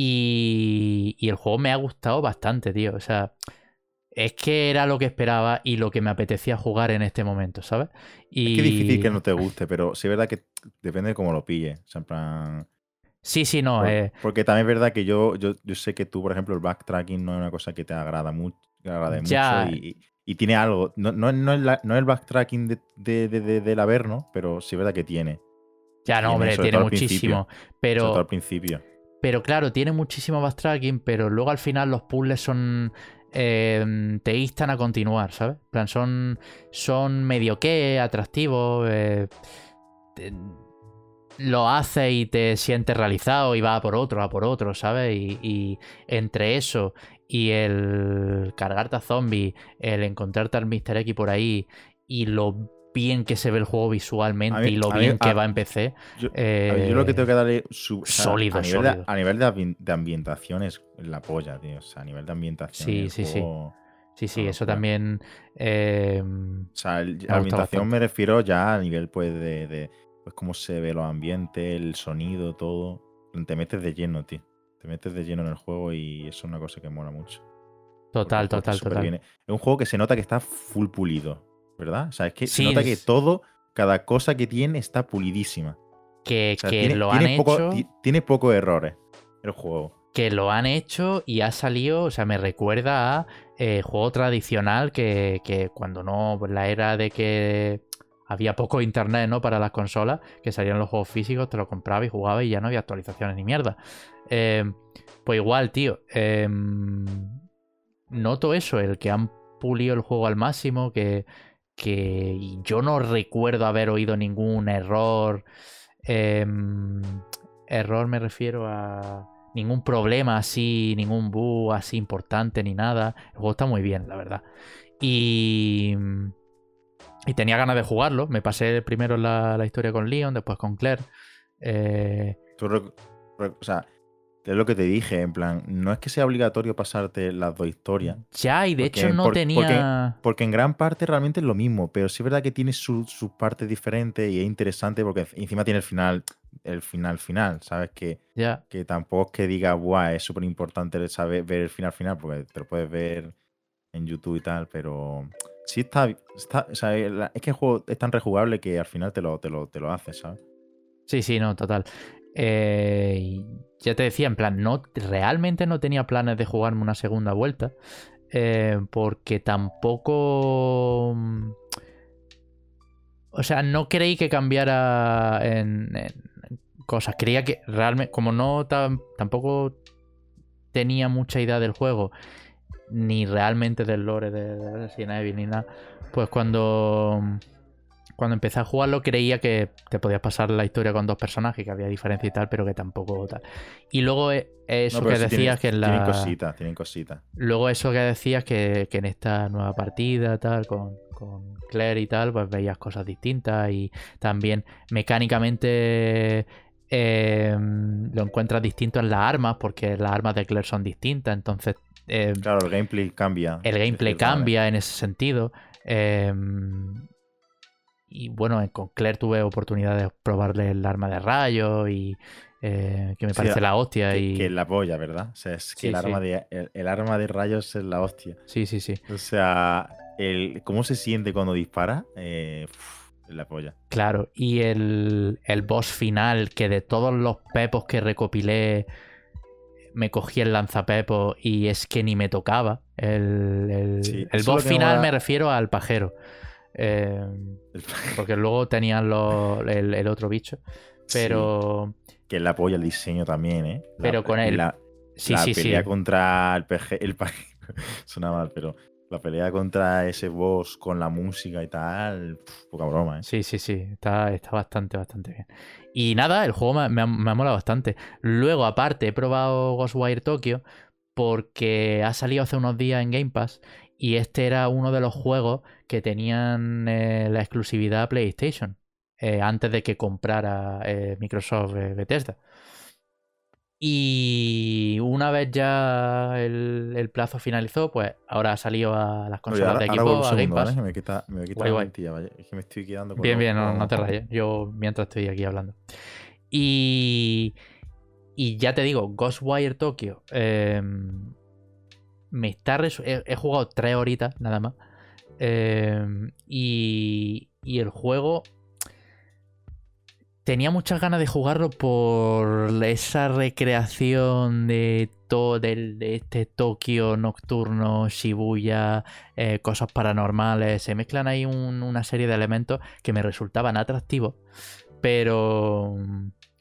y, y el juego me ha gustado bastante, tío. O sea, es que era lo que esperaba y lo que me apetecía jugar en este momento, ¿sabes? Es que es difícil que Y no te guste, pero sí es verdad que depende de cómo lo pilles. O sea, en plan. sí, sí, no. Por- eh, porque también es verdad que yo, yo, yo sé que tú, por ejemplo, el backtracking no es una cosa que te agrada mucho, que agrade mucho ya, y, y tiene algo. No, no, no es, la- no es el backtracking de, de, de- de- del Averno, pero sí es verdad que tiene. ya no, Tiene, hombre, sobre tiene todo al principio. muchísimo. Sobre todo al Pero principio. Pero claro, tiene muchísimo backtracking, pero luego al final los puzzles son eh, te instan a continuar, ¿sabes? En plan, son, son medio que atractivos, eh, te- lo haces y te sientes realizado y va a por otro, a por otro, ¿sabes? Y, y entre eso y el cargarte a zombies, el encontrarte al míster X por ahí y lo bien que se ve el juego A visualmente mí, y lo a mí- bien que a- va en P C, yo, a ver, yo lo que tengo eh, que darle su- o sea, a sólido, nivel de, sólido. a nivel de, ambi- de ambientación es la polla, tío. O sea, a nivel de ambientación Sí, el sí, sí. juego Sí, es una sí, eso locura. también eh, O sea, el- me la ha gustado ambientación bastante. me refiero ya a nivel pues de, de, pues cómo se ve los ambientes, el sonido, todo. Te metes de lleno, tío. Te metes de lleno en el juego y eso es una cosa que mola mucho. Porque el Total, juego está total, súper total. bien. Es un juego que se nota que está full pulido, ¿verdad? O sea, es que se Sí, nota que es todo, cada cosa que tiene está pulidísima. que, O sea, que tiene, lo han tiene, poco, hecho, ti- tiene pocos errores el juego. que lo han hecho y ha salido, o sea, me recuerda a eh, juego tradicional que, que cuando no, pues la era de que había poco internet, ¿no? Para las consolas, que salían los juegos físicos, te lo compraba y jugaba y ya no había actualizaciones ni mierda. Eh, pues igual, tío. eh, noto eso, el que han pulido el juego al máximo, que, que yo no recuerdo haber oído ningún error. eh, error me refiero a ningún problema así, ningún bug así importante ni nada. El juego está muy bien, la verdad. Y, y tenía ganas de jugarlo. Me pasé primero la, la historia con Leon, después con Claire. Eh, Tú rec- rec- o sea, es lo que te dije, en plan, no es que sea obligatorio pasarte las dos historias. ya, y de hecho Porque, no por- porque, tenía... porque en gran parte realmente es lo mismo, pero sí es verdad que tiene su- sus partes diferentes y es interesante porque encima tiene el final, el final final, ¿sabes? Que, Ya. que tampoco es que diga, buah, es súper importante saber ver el final final, porque te lo puedes ver en YouTube y tal, pero sí está, está o sea, la- es que el juego es tan rejugable que al final te lo, te lo, te lo haces, ¿sabes? Sí, sí, no, total. Eh, y ya te decía, en plan, no, realmente no tenía planes de jugarme una segunda vuelta. eh, porque tampoco. mm, O sea, no creí que cambiara en, en cosas. Creía que realmente, como no tam- tampoco tenía mucha idea del juego, ni realmente del lore de, de Resident Evil, ni nada, pues cuando cuando empecé a jugarlo creía que te podías pasar la historia con dos personajes, que había diferencia y tal, pero que tampoco tal. Y luego eh, No, eso pero que sí tienen, decías que en tienen la... cositas, tienen cositas. Luego eso que decías que, que en esta nueva partida, tal, con, con Claire y tal, pues veías cosas distintas y también mecánicamente eh, lo encuentras distinto en las armas, porque las armas de Claire son distintas, entonces eh, Claro, el gameplay cambia. el de gameplay cierta manera. cambia en ese sentido. Eh, y bueno, con Claire tuve oportunidad de probarle el arma de rayos y eh, que me Sí, parece la hostia. que, que Y la polla, ¿verdad? O sea, es que sí, el arma sí, de, el, el arma de rayos es la hostia. sí, sí, sí. O sea, el, cómo se siente cuando dispara, eh, uf, es la polla. Claro, y el, el boss final, que de todos los pepos que recopilé, me cogí el lanzapepo y es que ni me tocaba. El, el, Sí, el eso es boss lo que me final me mola. refiero al pajero. Eh, el- porque luego tenían los- el, el otro bicho. Sí, Pero, que es la polla el diseño también, ¿eh? La, pero con él. la, Sí, la sí, pelea sí. contra el P G. El, pa- suena mal, pero la pelea contra ese boss con la música y tal, pf, poca broma, ¿eh? Sí, sí, sí. Está, está bastante, bastante bien. Y nada, el juego me, me ha, me ha molado bastante. Luego, aparte, he probado Ghostwire Tokyo porque ha salido hace unos días en Game Pass y este era uno de los juegos que tenían eh, la exclusividad PlayStation eh, antes de que comprara eh, Microsoft eh, Bethesda. Y una vez ya el, el plazo finalizó, pues ahora ha salido a las Oye, consolas ahora, de ahora vuelvo equipo, un a Game segundo, ¿vale? Pass. Que me quita, me quita Guay, la guay. mentira, vaya. Es que me estoy quedando con Bien, los, bien, no, con no los te ojos. rayes. Yo mientras estoy aquí hablando. Y, y ya te digo, Ghostwire Tokyo eh, me está resu- he, he jugado tres horitas nada más. Eh, y, y el juego tenía muchas ganas de jugarlo por esa recreación de todo del- de este Tokio nocturno, Shibuya, eh, cosas paranormales. Se mezclan ahí un- una serie de elementos que me resultaban atractivos, pero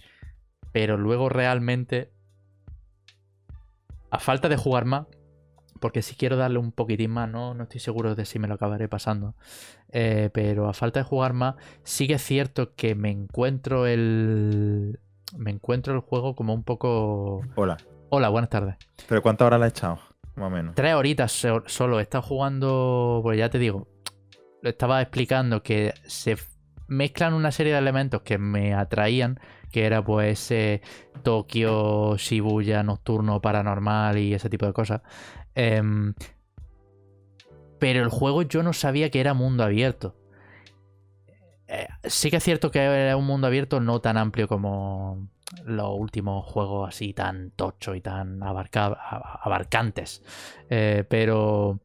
pero luego realmente, a falta de jugar más, porque si quiero darle un poquitín más, no, no estoy seguro de si me lo acabaré pasando. Eh, pero a falta de jugar más, sí que es cierto que me encuentro el. Me encuentro el juego como un poco. Hola. Hola, buenas tardes. ¿Pero cuántas horas le has echado? Más o menos. Tres horitas so- solo. He estado jugando. Pues ya te digo. Lo estaba explicando que se f- mezclan una serie de elementos que me atraían. Que era pues ese Tokio, Shibuya, nocturno, paranormal y ese tipo de cosas. Em, pero el juego yo no sabía que era mundo abierto. Eh, sí que es cierto que era un mundo abierto no tan amplio como los últimos juegos así tan tocho y tan abarca- abarcantes. Eh, pero.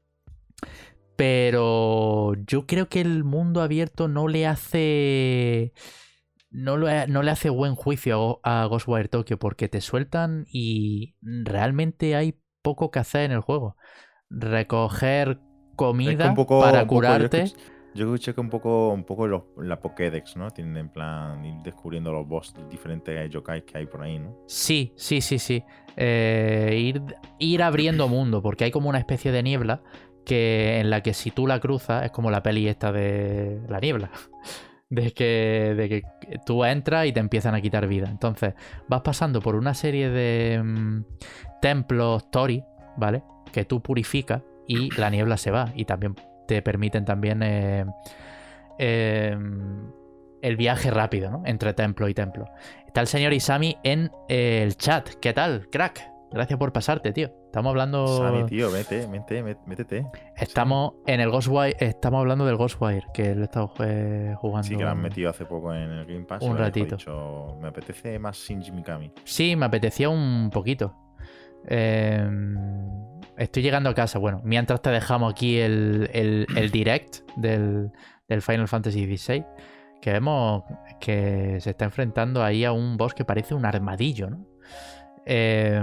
Pero yo creo que el mundo abierto no le hace. No, lo- no le hace buen juicio a, a Ghostwire Tokyo porque te sueltan y realmente hay poco que hacer en el juego. Recoger Es que un comida poco, para un poco, yo curarte. escuché, yo escuché que un poco, un poco los- la Pokédex, ¿no? Tienen en plan ir descubriendo los boss diferentes yokais que hay por ahí, ¿no? Sí, sí, sí, sí. Eh, ir, ir abriendo mundo, porque hay como una especie de niebla que en la que si tú la cruzas es como la peli esta de la niebla. De que, de que tú entras y te empiezan a quitar vida. Entonces vas pasando por una serie de mm, templos Tori, ¿vale? Que tú purificas y la niebla se va. Y también te permiten también eh, eh, el viaje rápido, ¿no? Entre templo y templo. Está el señor Isami en eh, el chat. ¿Qué tal, crack? Gracias por pasarte, tío. Estamos hablando. Sammy, tío, vete, vete, met- métete. Estamos en el Ghostwire. Estamos hablando del Ghostwire, que lo he estado eh, jugando. Sí, que lo han metido hace poco en el Game Pass y Un lo dijo, ratito. dicho, me apetece más Shinji Mikami. Sí, me apetecía un poquito. Eh, estoy llegando a casa. Bueno, mientras te dejamos aquí el, el- el direct del, del Final Fantasy dieciséis, que vemos que se está enfrentando ahí a un boss que parece un armadillo, ¿no? Eh,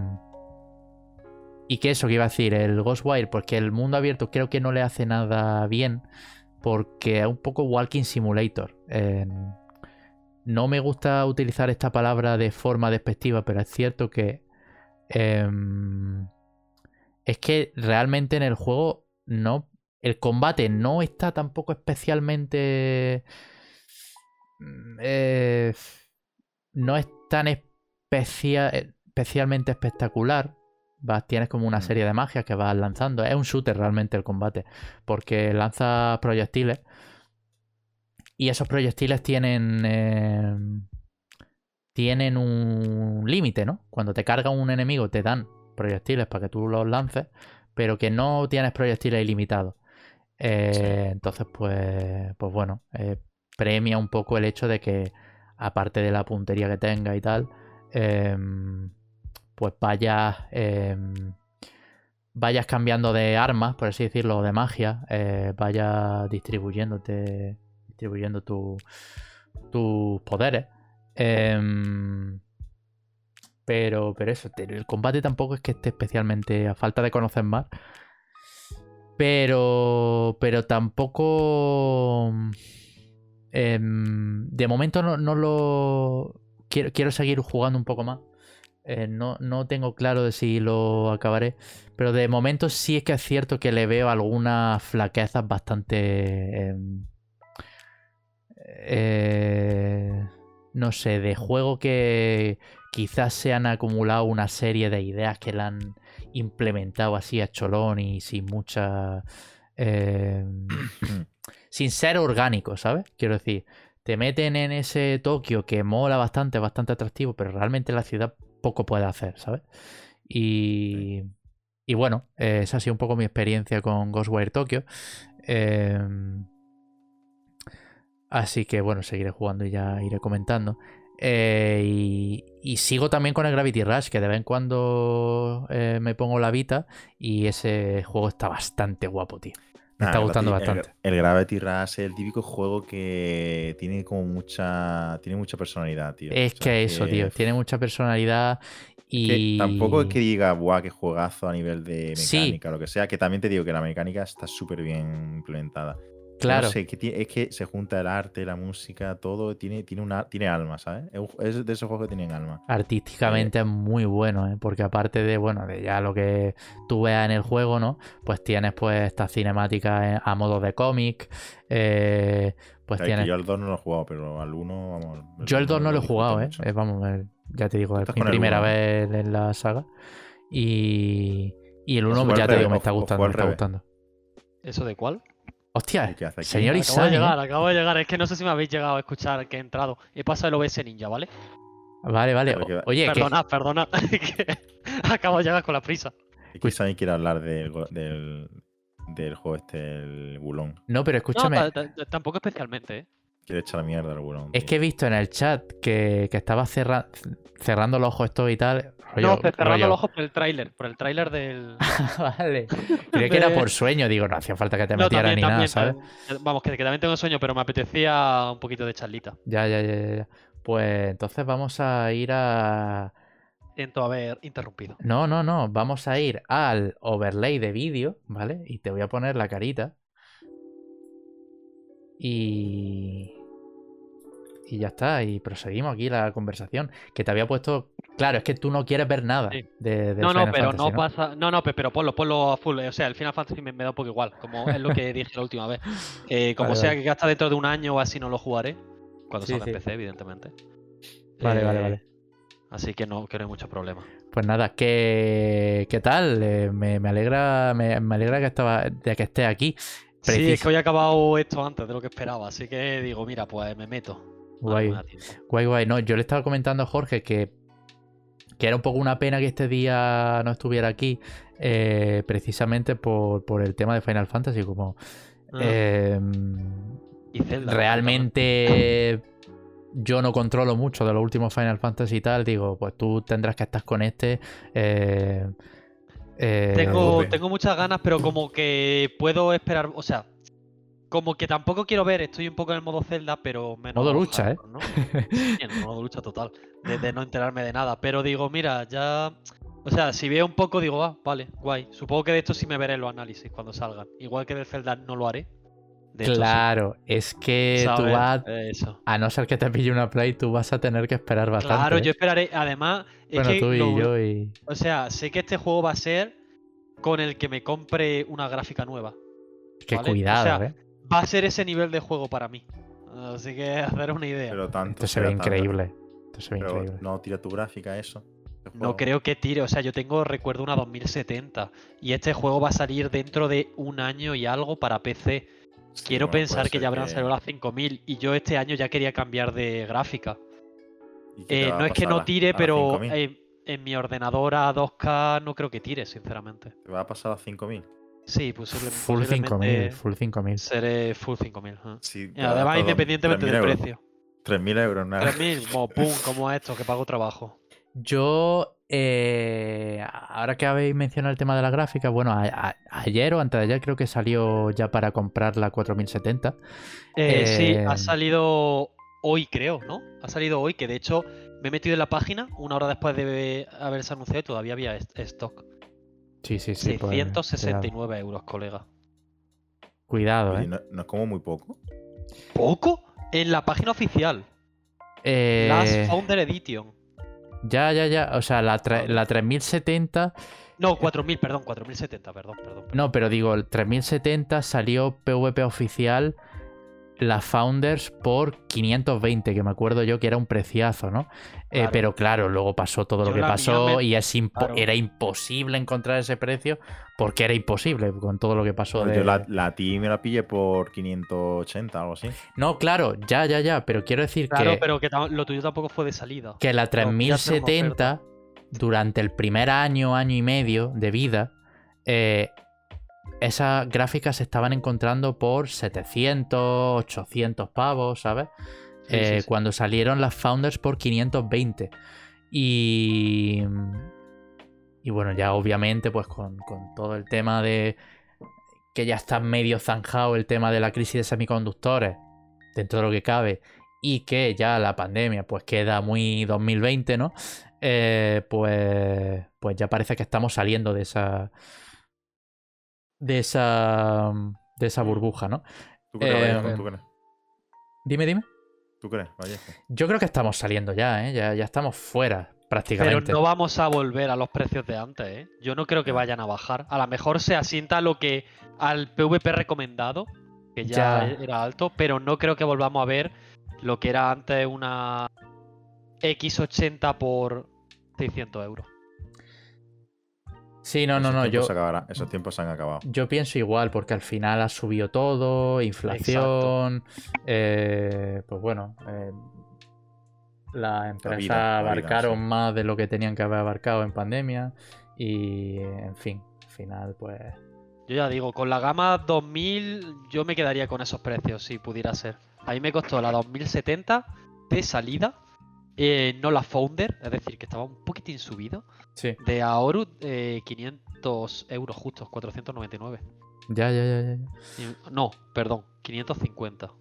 y que eso que iba a decir, el Ghostwire, porque el mundo abierto creo que no le hace nada bien, porque es un poco Walking Simulator. Eh, no me gusta utilizar esta palabra de forma despectiva, pero es cierto que em, es que realmente en el juego no. El combate no está tampoco especialmente. mm, eh, no es tan especia- especialmente espectacular. Vas, tienes como una Mm. serie de magias que vas lanzando. Es un shooter realmente el combate. Porque lanzas proyectiles. Y esos proyectiles tienen. eh, tienen un límite, ¿no? Cuando te carga un enemigo te dan proyectiles para que tú los lances, pero que no tienes proyectiles ilimitados. Eh, Sí. Entonces, pues, pues bueno, eh, premia un poco el hecho de que, aparte de la puntería que tenga y tal, eh, pues vayas, eh, vayas cambiando de armas, por así decirlo, o de magia, eh, vayas distribuyéndote, distribuyendo tu- tus poderes. Em, pero, pero eso, te- el combate tampoco es que esté especialmente a falta de conocer más. Pero, pero tampoco. em, de momento no, no lo. Quiero, quiero seguir jugando un poco más. Eh, no, no tengo claro de si lo acabaré. Pero de momento sí es que es cierto que le veo algunas flaquezas bastante. em, eh, no sé, de juego que quizás se han acumulado una serie de ideas que la han implementado así a cholón y sin mucha. eh, sin ser orgánico, ¿sabes? Quiero decir, te meten en ese Tokio que mola bastante, bastante atractivo, pero realmente la ciudad poco puede hacer, ¿sabes? Y. Y bueno, eh, esa ha sido un poco mi experiencia con Ghostwire Tokyo. Eh, Así que bueno, seguiré jugando y ya iré comentando. Eh, y, y sigo también con el Gravity Rush, que de vez en cuando eh, me pongo la Vita y ese juego está bastante guapo, tío. Me Nah, está el, gustando Gravity, el, bastante. el Gravity Rush es el típico juego que tiene como mucha. Tiene mucha personalidad, tío. Es O sea, que es eso, que. tío, tiene mucha personalidad Es que tampoco es que y... diga, buah, qué juegazo a nivel de Sí, mecánica o lo que sea, que también te digo que la mecánica está súper bien implementada. Claro. No sé, que tiene, es que se junta el arte, la música, todo, tiene, tiene, una, tiene alma, ¿sabes? Es, un- es de esos juegos que tienen alma. Artísticamente Eh, es muy bueno, ¿eh? Porque aparte de, bueno, de ya lo que tú veas en el juego, ¿no? Pues tienes pues estas cinemáticas a modo de cómic, eh, pues claro, es que tienes... yo al dos no lo he jugado, pero al uno, vamos, el Yo el dos uno no lo lo he disfruté jugado, ¿eh? mucho. Eh, Vamos, eh, ya te digo, Tú es estás mi con el primera uno, ¿no? vez en la saga. Y, y el O uno, fue al ya te revés, digo, me o, está fu- o gustando, fue me al está revés. gustando. ¿Eso de cuál? ¿Y Hostia, qué hace aquí? señor Acabo de Isai, ¿eh? llegar, acabo de llegar. Es que no sé si me habéis llegado a escuchar que he entrado. He pasado el O B S Ninja, ¿vale? Vale, vale. Pero O- que, Oye, que... Perdona, perdona. que acabo de llegar con la prisa. es que también quiere hablar del, go- del, del juego este, el Bulón. No, pero No, escúchame, ta- ta- tampoco especialmente, ¿eh? Quiere echar mierda al Bulón. es que he visto en el chat que, que estaba cerra- cerrando los ojos esto y tal. Rollo, No, te- cerrando rollo- los ojos por el tráiler, por el tráiler del... Vale. Creía que era de- por sueño, digo, no hacía falta que te No, metieras también, ni nada, también. ¿sabes? eh, Vamos, que, que también tengo sueño, pero me apetecía un poquito de charlita. Ya, ya, ya, ya, ya. Pues entonces vamos a ir a... Siento haber interrumpido. No, no, no. Vamos a ir al overlay de vídeo, ¿vale? Y te voy a poner la carita. Y... Y ya está. Y proseguimos aquí la conversación. Que te había puesto... Claro, es que tú no quieres ver nada Sí. de, del No, no, Final pero Fantasy, no pasa. No, no, pe- pero ponlo, ponlo a full. O sea, el Final Fantasy me, me da un poco igual. Como es lo que dije la última vez. Eh, como Vale, sea vale. que hasta dentro de un año o así no lo jugaré. Cuando Sí, salga sí. en P C, evidentemente. Vale, vale, Eh, vale. Así que no, que no hay mucho problema. Pues nada, ¿qué, qué tal? Eh, me, me alegra, me, me alegra que estaba, de que estés aquí. Sí, es Precis- que hoy he acabado esto antes de lo que esperaba. Así que digo, mira, pues me meto. Ahora Guay. me da tiempo. Guay, guay. No, yo le estaba comentando a Jorge que, que era un poco una pena que este día no estuviera aquí, eh, precisamente por, por el tema de Final Fantasy, como Ah, eh, y Zelda. realmente yo no controlo mucho de los últimos Final Fantasy y tal, digo, pues tú tendrás que estar con este. eh, eh, Tengo, tope. tengo muchas ganas, pero como que puedo esperar. O sea, como que tampoco quiero ver. Estoy un poco en el modo Zelda, pero menos. Modo lucha, ¿eh? hardcore, ¿no? Sí, en el modo lucha total. De, de no enterarme de nada. Pero digo, mira, ya. O sea, si veo un poco, digo, ah, vale, guay. Supongo que de esto sí me veré los análisis cuando salgan. Igual que del Zelda no lo haré. De hecho, sí. Claro, es que tú ¿Sabes? vas, Eso. a no ser que te pille una Play, tú vas a tener que esperar bastante. Claro, ¿eh? yo esperaré. Además, es Bueno, que tú y lo- yo y... O sea, sé que este juego va a ser con el que me compre una gráfica nueva. Qué ¿vale? O cuidado, sea, ¿eh? Va a ser ese nivel de juego para mí. Así que hacer una idea. Pero tanto. Esto se ve será tanto. increíble. Esto se ve Pero increíble. no tira tu gráfica eso. este No juego. creo que tire, o sea, yo tengo, recuerdo una dos mil setenta y este juego va a salir dentro de un año y algo para P C. Sí, Quiero bueno, puede pensar que ser ya habrán que- salido las cinco mil y yo este año ya quería cambiar de gráfica. ¿Y qué te Eh, va a no es que pasar a no las- tire, a las pero cinco mil? eh, en mi ordenador a dos K no creo que tire, sinceramente. ¿Te va a pasar a las cinco mil? Sí, posible- Full cinco mil, posiblemente full cinco mil. seré full cinco mil. ajá. Sí, te Y va a además, dar todo independientemente tres del mil euros. precio. tres mil euros, nada. tres mil, como pum, como esto, que pago trabajo. Yo, eh, ahora que habéis mencionado el tema de la gráfica, bueno, a- a- ayer o antes de ayer creo que salió ya para comprar la cuatro mil setenta. Eh, Sí, Eh, ha salido hoy, creo, ¿no? Ha salido hoy, que de hecho me he metido en la página una hora después de haberse anunciado y todavía había est- stock. Sí, sí, sí. pues, seiscientos sesenta y cuidado, nueve euros, colega. cuidado, Oye, ¿eh? ¿no, no es como muy poco? ¿Poco? En la página oficial. Eh, Last Founder Edition. Ya, ya, ya. O sea, la, tre- la tres mil setenta. No, cuatro mil, perdón, cuatro mil setenta, perdón, perdón. perdón. No, pero digo, el tres mil setenta salió PvP oficial, la Founders por quinientos veinte, que me acuerdo yo que era un preciazo, ¿no? Eh, Claro. pero claro, luego pasó todo lo Yo que la mía pasó me- y es impo- claro. era imposible encontrar ese precio porque era imposible con todo lo que pasó. Pues de- Yo la, la T I me la pillé por quinientos ochenta, algo así. No, claro, ya, ya, ya, pero quiero decir Claro, que, pero que ta- lo tuyo tampoco fue de salida. que la tres mil pillaste una setenta, durante el primer año, año y medio de vida, eh, esas gráficas se estaban encontrando por setecientos, ochocientos pavos, ¿sabes? Sí, sí, Eh, sí. Cuando salieron las Founders por quinientos veinte. Y. Y bueno, ya obviamente, pues con, con todo el tema de. Que ya está medio zanjado el tema de la crisis de semiconductores, dentro de lo que cabe, y que ya la pandemia, pues queda muy dos mil veinte, ¿no? Eh, pues. Pues ya parece que estamos saliendo de esa. De esa. De esa burbuja, ¿no? ¿Tú crees, Eh, Vallejo? ¿Tú crees? Dime, dime. ¿Tú crees, Vallejo? Yo creo que estamos saliendo ya, ¿eh? Ya, ya estamos fuera, Pero prácticamente. no vamos a volver a los precios de antes, ¿eh? Yo no creo que vayan a bajar. A lo mejor se asienta a lo que al PvP recomendado, que ya, Ya. era alto, pero no creo que volvamos a ver lo que era antes una equis ochenta por seiscientos euros. Sí, no, no, Esos no. tiempos Yo, se acabarán, esos tiempos se han acabado. yo pienso igual, porque al final ha subido todo, inflación. eh, pues bueno, eh, las empresas vida, la vida, abarcaron sí. más de lo que tenían que haber abarcado en pandemia. Y, en fin, al final, pues. Yo ya digo, con la gama dos mil yo me quedaría con esos precios, si pudiera ser. A mí me costó la dos mil setenta de salida, eh, no la Founder, es decir, que estaba un poquitín subido. Sí. De Aorus, eh, quinientos euros justos, cuatrocientos noventa y nueve. Ya, ya, ya, ya. Y- No, perdón, quinientos cincuenta.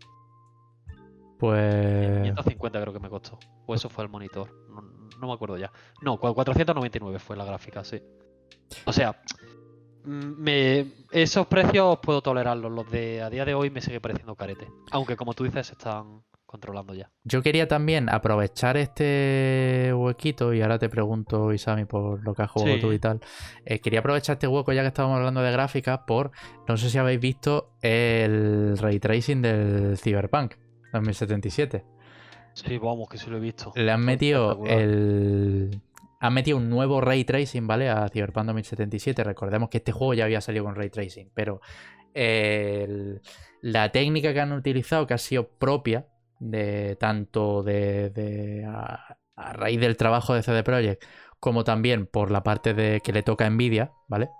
Pues. quinientos cincuenta creo que me costó. O eso fue el monitor. No, no me acuerdo ya. No, cua- cuatrocientos noventa y nueve fue la gráfica, sí. O sea, mm, me, esos precios puedo tolerarlos. Los de a día de hoy me sigue pareciendo carete. Aunque como tú dices, se están controlando ya. Yo quería también aprovechar este huequito, y ahora te pregunto, Isami, por lo que has jugado Sí. tú y tal. Eh, quería aprovechar este hueco, ya que estábamos hablando de gráficas, por, no sé si habéis visto el ray tracing del Cyberpunk dos mil setenta y siete. Sí, vamos, que sí lo he visto. Le han Fue metido espectacular. el... Han metido un nuevo ray tracing, ¿vale? A Cyberpunk dos mil setenta y siete. Recordemos que este juego ya había salido con ray tracing, pero el- la técnica que han utilizado, que ha sido propia de tanto de, de- a, a raíz del trabajo de C D Projekt, como también por la parte de que le toca a Nvidia, ¿vale?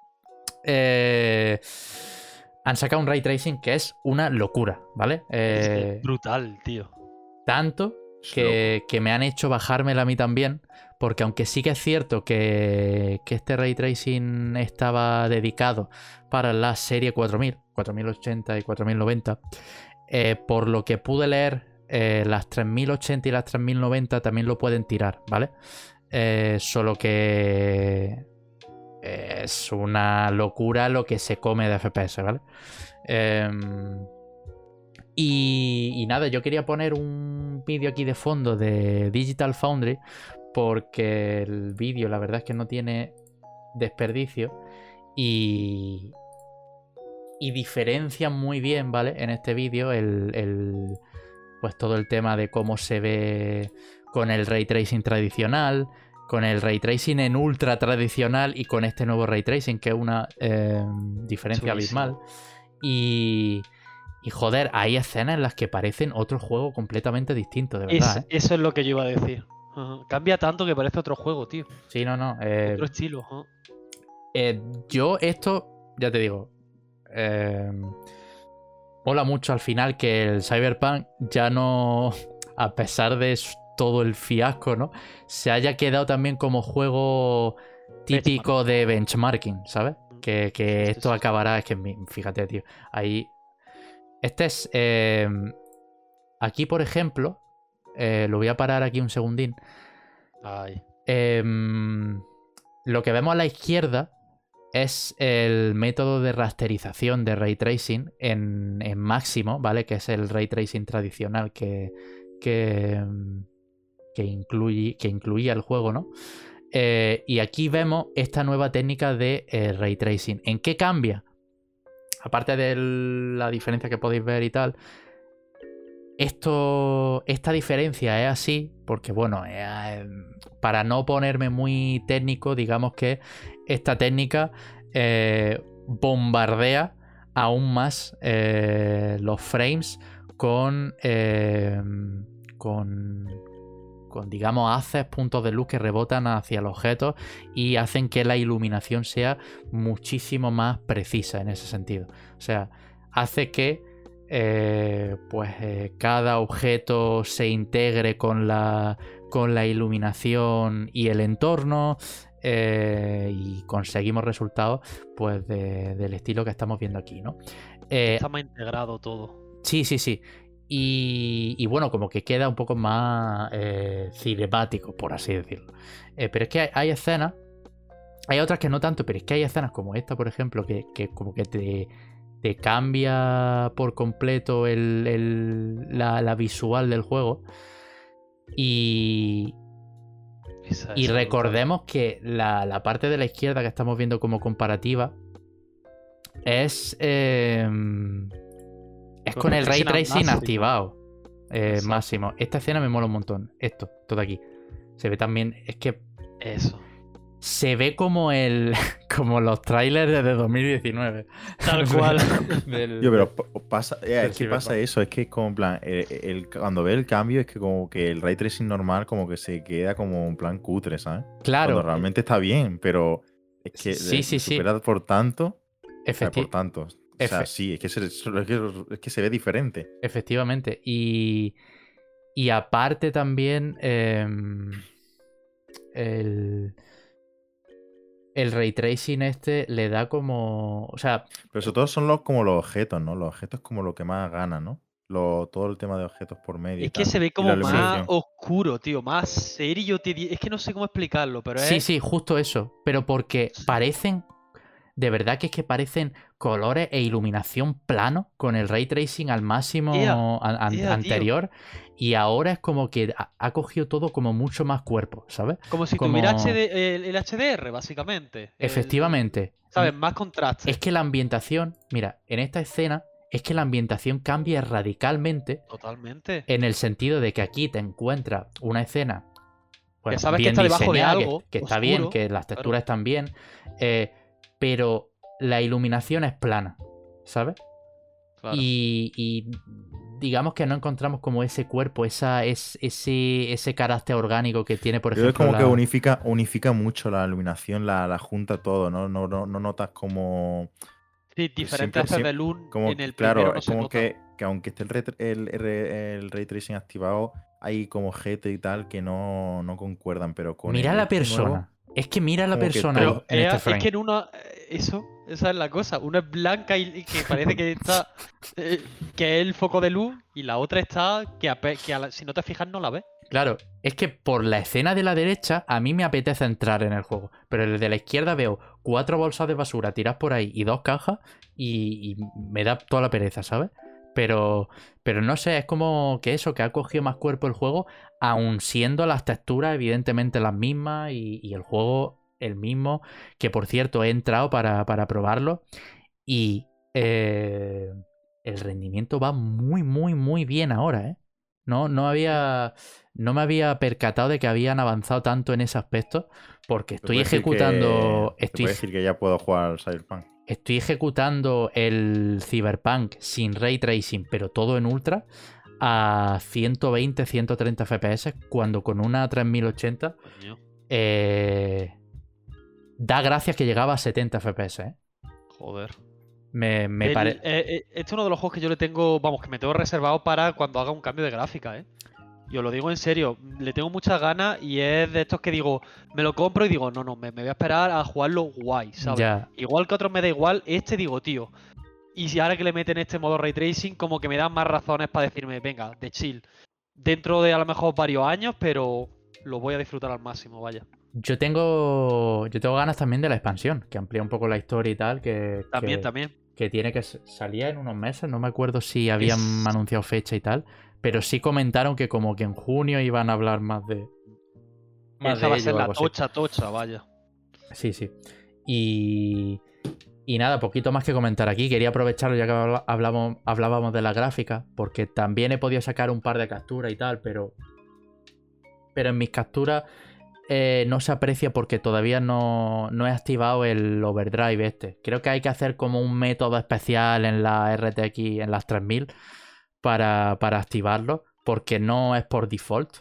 Eh, han sacado un ray tracing que es una locura, ¿vale? Es que Eh, es brutal, tío. tanto Es que, que me han hecho bajármela a mí también, porque aunque sí que es cierto que, que este ray tracing estaba dedicado para la serie cuatro mil, cuatro mil ochenta y cuatro mil noventa, eh, por lo que pude leer, eh, las tres mil ochenta y las tres mil noventa también lo pueden tirar, ¿vale? Eh, solo que es una locura lo que se come de F P S, ¿vale? Em, y, y nada, yo quería poner un vídeo aquí de fondo de Digital Foundry, porque el vídeo la verdad es que no tiene desperdicio y, y diferencia muy bien, ¿vale? En este vídeo el, el- pues todo el tema de cómo se ve con el ray tracing tradicional, con el ray tracing en ultra tradicional y con este nuevo ray tracing, que es una eh, diferencia Chulísimo. abismal. Y, y joder, hay escenas en las que parecen otro juego completamente distinto, de verdad, Es- ¿eh? Eso es lo que yo iba a decir. Ajá. Cambia tanto que parece otro juego, tío. Sí, no, no. eh, Otro estilo. Ajá. eh, yo esto, ya te digo, eh, mola mucho al final que el Cyberpunk ya no, a pesar de s- todo el fiasco, ¿no? Se haya quedado también como juego típico de benchmarking, ¿sabes? Que, que Sí, sí, esto sí. acabará, es que mi- fíjate, tío, ahí... Este es... eh, aquí, por ejemplo, eh, lo voy a parar aquí un segundín. Ay. Em, lo que vemos a la izquierda es el método de rasterización de ray tracing en, en máximo, ¿vale? Que es el ray tracing tradicional que, que, em, que, incluye, que incluía el juego, ¿no? Eh, y aquí vemos esta nueva técnica de eh, ray tracing. ¿En qué cambia? Aparte de la diferencia que podéis ver y tal, esto, esta diferencia es así porque, bueno, eh, para no ponerme muy técnico, digamos que esta técnica eh, bombardea aún más eh, los frames con, eh, con, con, digamos, haces, puntos de luz que rebotan hacia el objeto y hacen que la iluminación sea muchísimo más precisa en ese sentido. O sea, hace que Eh, pues eh, cada objeto se integre con la, con la iluminación y el entorno, eh, y conseguimos resultados pues de, del estilo que estamos viendo aquí, ¿no? Eh, Está más integrado todo. sí, sí, sí. Y, y bueno, como que queda un poco más eh, cinemático, por así decirlo. Eh, pero es que hay, hay escenas, hay otras que no tanto, pero es que hay escenas como esta, por ejemplo, que, que como que te te cambia por completo el, el- la, la visual del juego. Y, Esa- y esa recordemos que la, la parte de la izquierda que estamos viendo como comparativa es, eh, es Con con el ray ray tracing tracing al máximo. activado. eh, Exacto. máximo. Esta escena me mola un montón. Esto, todo aquí. Se ve también. Es que brutal. Eso. se ve como el. como los trailers de dos mil diecinueve. Tal cual. Del- Yo, pero pa- pasa, eh, del es que pasa Cyberpunk. eso, es que como en plan, el, el- cuando ve el cambio es que como que el ray tracing normal como que se queda como en plan cutre, ¿sabes? Claro, Cuando realmente está bien, pero es que Sí, le- sí, sí. supera por tanto, o sea, efecti- por tanto. O sea, Efe- sí, es que, se, es que, es que se ve diferente. efectivamente. Y. Y aparte también. em, el. El ray tracing este le da como. O sea, Pero sobre todo son los, como los objetos, ¿no? Los objetos es como lo que más gana, ¿no? Lo, todo el tema de objetos por medio. y Es que tal, se ve y como la más iluminación. oscuro, tío. Más serio. Te di- Es que no sé cómo explicarlo, pero sí, es. sí, justo eso. Pero porque parecen. De verdad que es que parecen colores e iluminación plano con el ray tracing al máximo Ea, an- an- ea, tío. anterior. Y ahora es como que ha, ha cogido todo como mucho más cuerpo, ¿sabes? Como si como- tuviera H D el, el H D R, básicamente. El- Efectivamente. ¿Sabes? Más contraste. Es que la ambientación, mira, en esta escena es que la ambientación cambia radicalmente Totalmente. en el sentido de que aquí te encuentras una escena bueno, Que sabes que bien está debajo de diseñada, que- algo que, está bien, oscuro, que las claro. texturas están bien, eh, pero la iluminación es plana, ¿sabes? Claro. Y, y digamos que no encontramos como ese cuerpo, esa, es, ese, ese carácter orgánico que tiene, por Yo creo que ejemplo, como que la- unifica, unifica mucho la iluminación, la, la junta todo, ¿no? No, no, no notas como. Sí, pues diferentes siempre- haces siempre- de luz como en el claro, primero no es se como nota. que, que aunque esté el, ray- el, el- el ray tracing activado, hay como objetos y tal que no, no concuerdan, pero con Mira el la este nuevo- persona. Es que mira la como que persona todo- en Pero este es, frame. es que en una. eh, Eso, esa es la cosa. Una es blanca y, y que parece que está. eh, que es el foco de luz. Y la otra está. Que, ape- que a la- si no te fijas no la ves. Claro, es que por la escena de la derecha a mí me apetece entrar en el juego, pero el de la izquierda veo cuatro bolsas de basura tiradas por ahí y dos cajas y, y me da toda la pereza, ¿sabes? Pero, pero no sé, es como que eso, que ha cogido más cuerpo el juego, aun siendo las texturas evidentemente las mismas y, y el juego el mismo, que por cierto he entrado para, para probarlo y eh, el rendimiento va muy, muy, muy bien ahora, ¿eh? No, no había... No me había percatado de que habían avanzado tanto en ese aspecto, porque te estoy puedo decir ejecutando. que- te Estoy, puedo decir que ya puedo jugar al Cyberpunk. estoy ejecutando el Cyberpunk sin ray tracing, pero todo en ultra, a ciento veinte, ciento treinta F P S, cuando con una tres mil ochenta Coño, eh, da gracias que llegaba a setenta F P S. ¿eh? joder. Me, me El- parece. eh, eh, este es uno de los juegos que yo le tengo. Vamos, que me tengo reservado para cuando haga un cambio de gráfica, ¿eh? Yo lo digo en serio, le tengo muchas ganas y es de estos que digo, me lo compro y digo, no, no, me, me voy a esperar a jugarlo guay, ¿sabes? Ya, Igual que otros me da igual, este digo, tío. Y si ahora que le meten este modo ray tracing, como que me dan más razones para decirme, venga, de chill. Dentro de a lo mejor varios años, pero lo voy a disfrutar al máximo, vaya. yo tengo. Yo tengo ganas también de la expansión, que amplía un poco la historia y tal. Que, También, que- también. que tiene que s- salir en unos meses, no me acuerdo si habían Es- anunciado fecha y tal, pero sí comentaron que como que en junio iban a hablar más de más Esa de va a ello ser o la algo así. tocha, tocha, vaya. Sí, sí. Y y nada, poquito más que comentar aquí. Quería aprovecharlo ya que habla- hablamos, hablábamos de la gráfica, porque también he podido sacar un par de capturas y tal, pero pero en mis capturas eh, no se aprecia porque todavía no, no he activado el overdrive este. Creo que hay que hacer como un método especial en la R T X, en las tres mil, para, para activarlo, porque no es por default.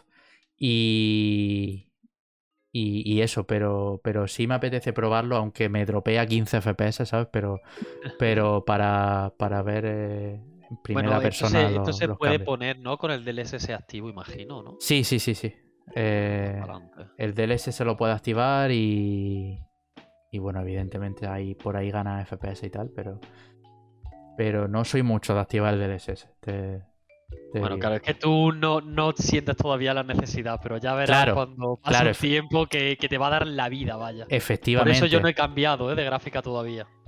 Y, y, y eso, pero, pero sí me apetece probarlo, aunque me dropea quince F P S, ¿sabes? Pero, pero para, para ver eh, en primera Bueno, esto persona se, los, esto se los puede cambios. poner, ¿no? Con el D L S S activo, imagino, ¿no? Sí, sí, sí, sí. Eh, Pa'lante. el D L S se lo puede activar y. Y bueno, evidentemente hay por ahí gana F P S y tal, pero. Pero no soy mucho de activar el D L S S. te- te Bueno, digo. claro, es que tú no, no sientes todavía la necesidad, pero ya verás Claro, cuando pase claro, un efe- tiempo que, que te va a dar la vida, vaya. Por Efectivamente. eso yo no he cambiado, ¿eh? De gráfica todavía.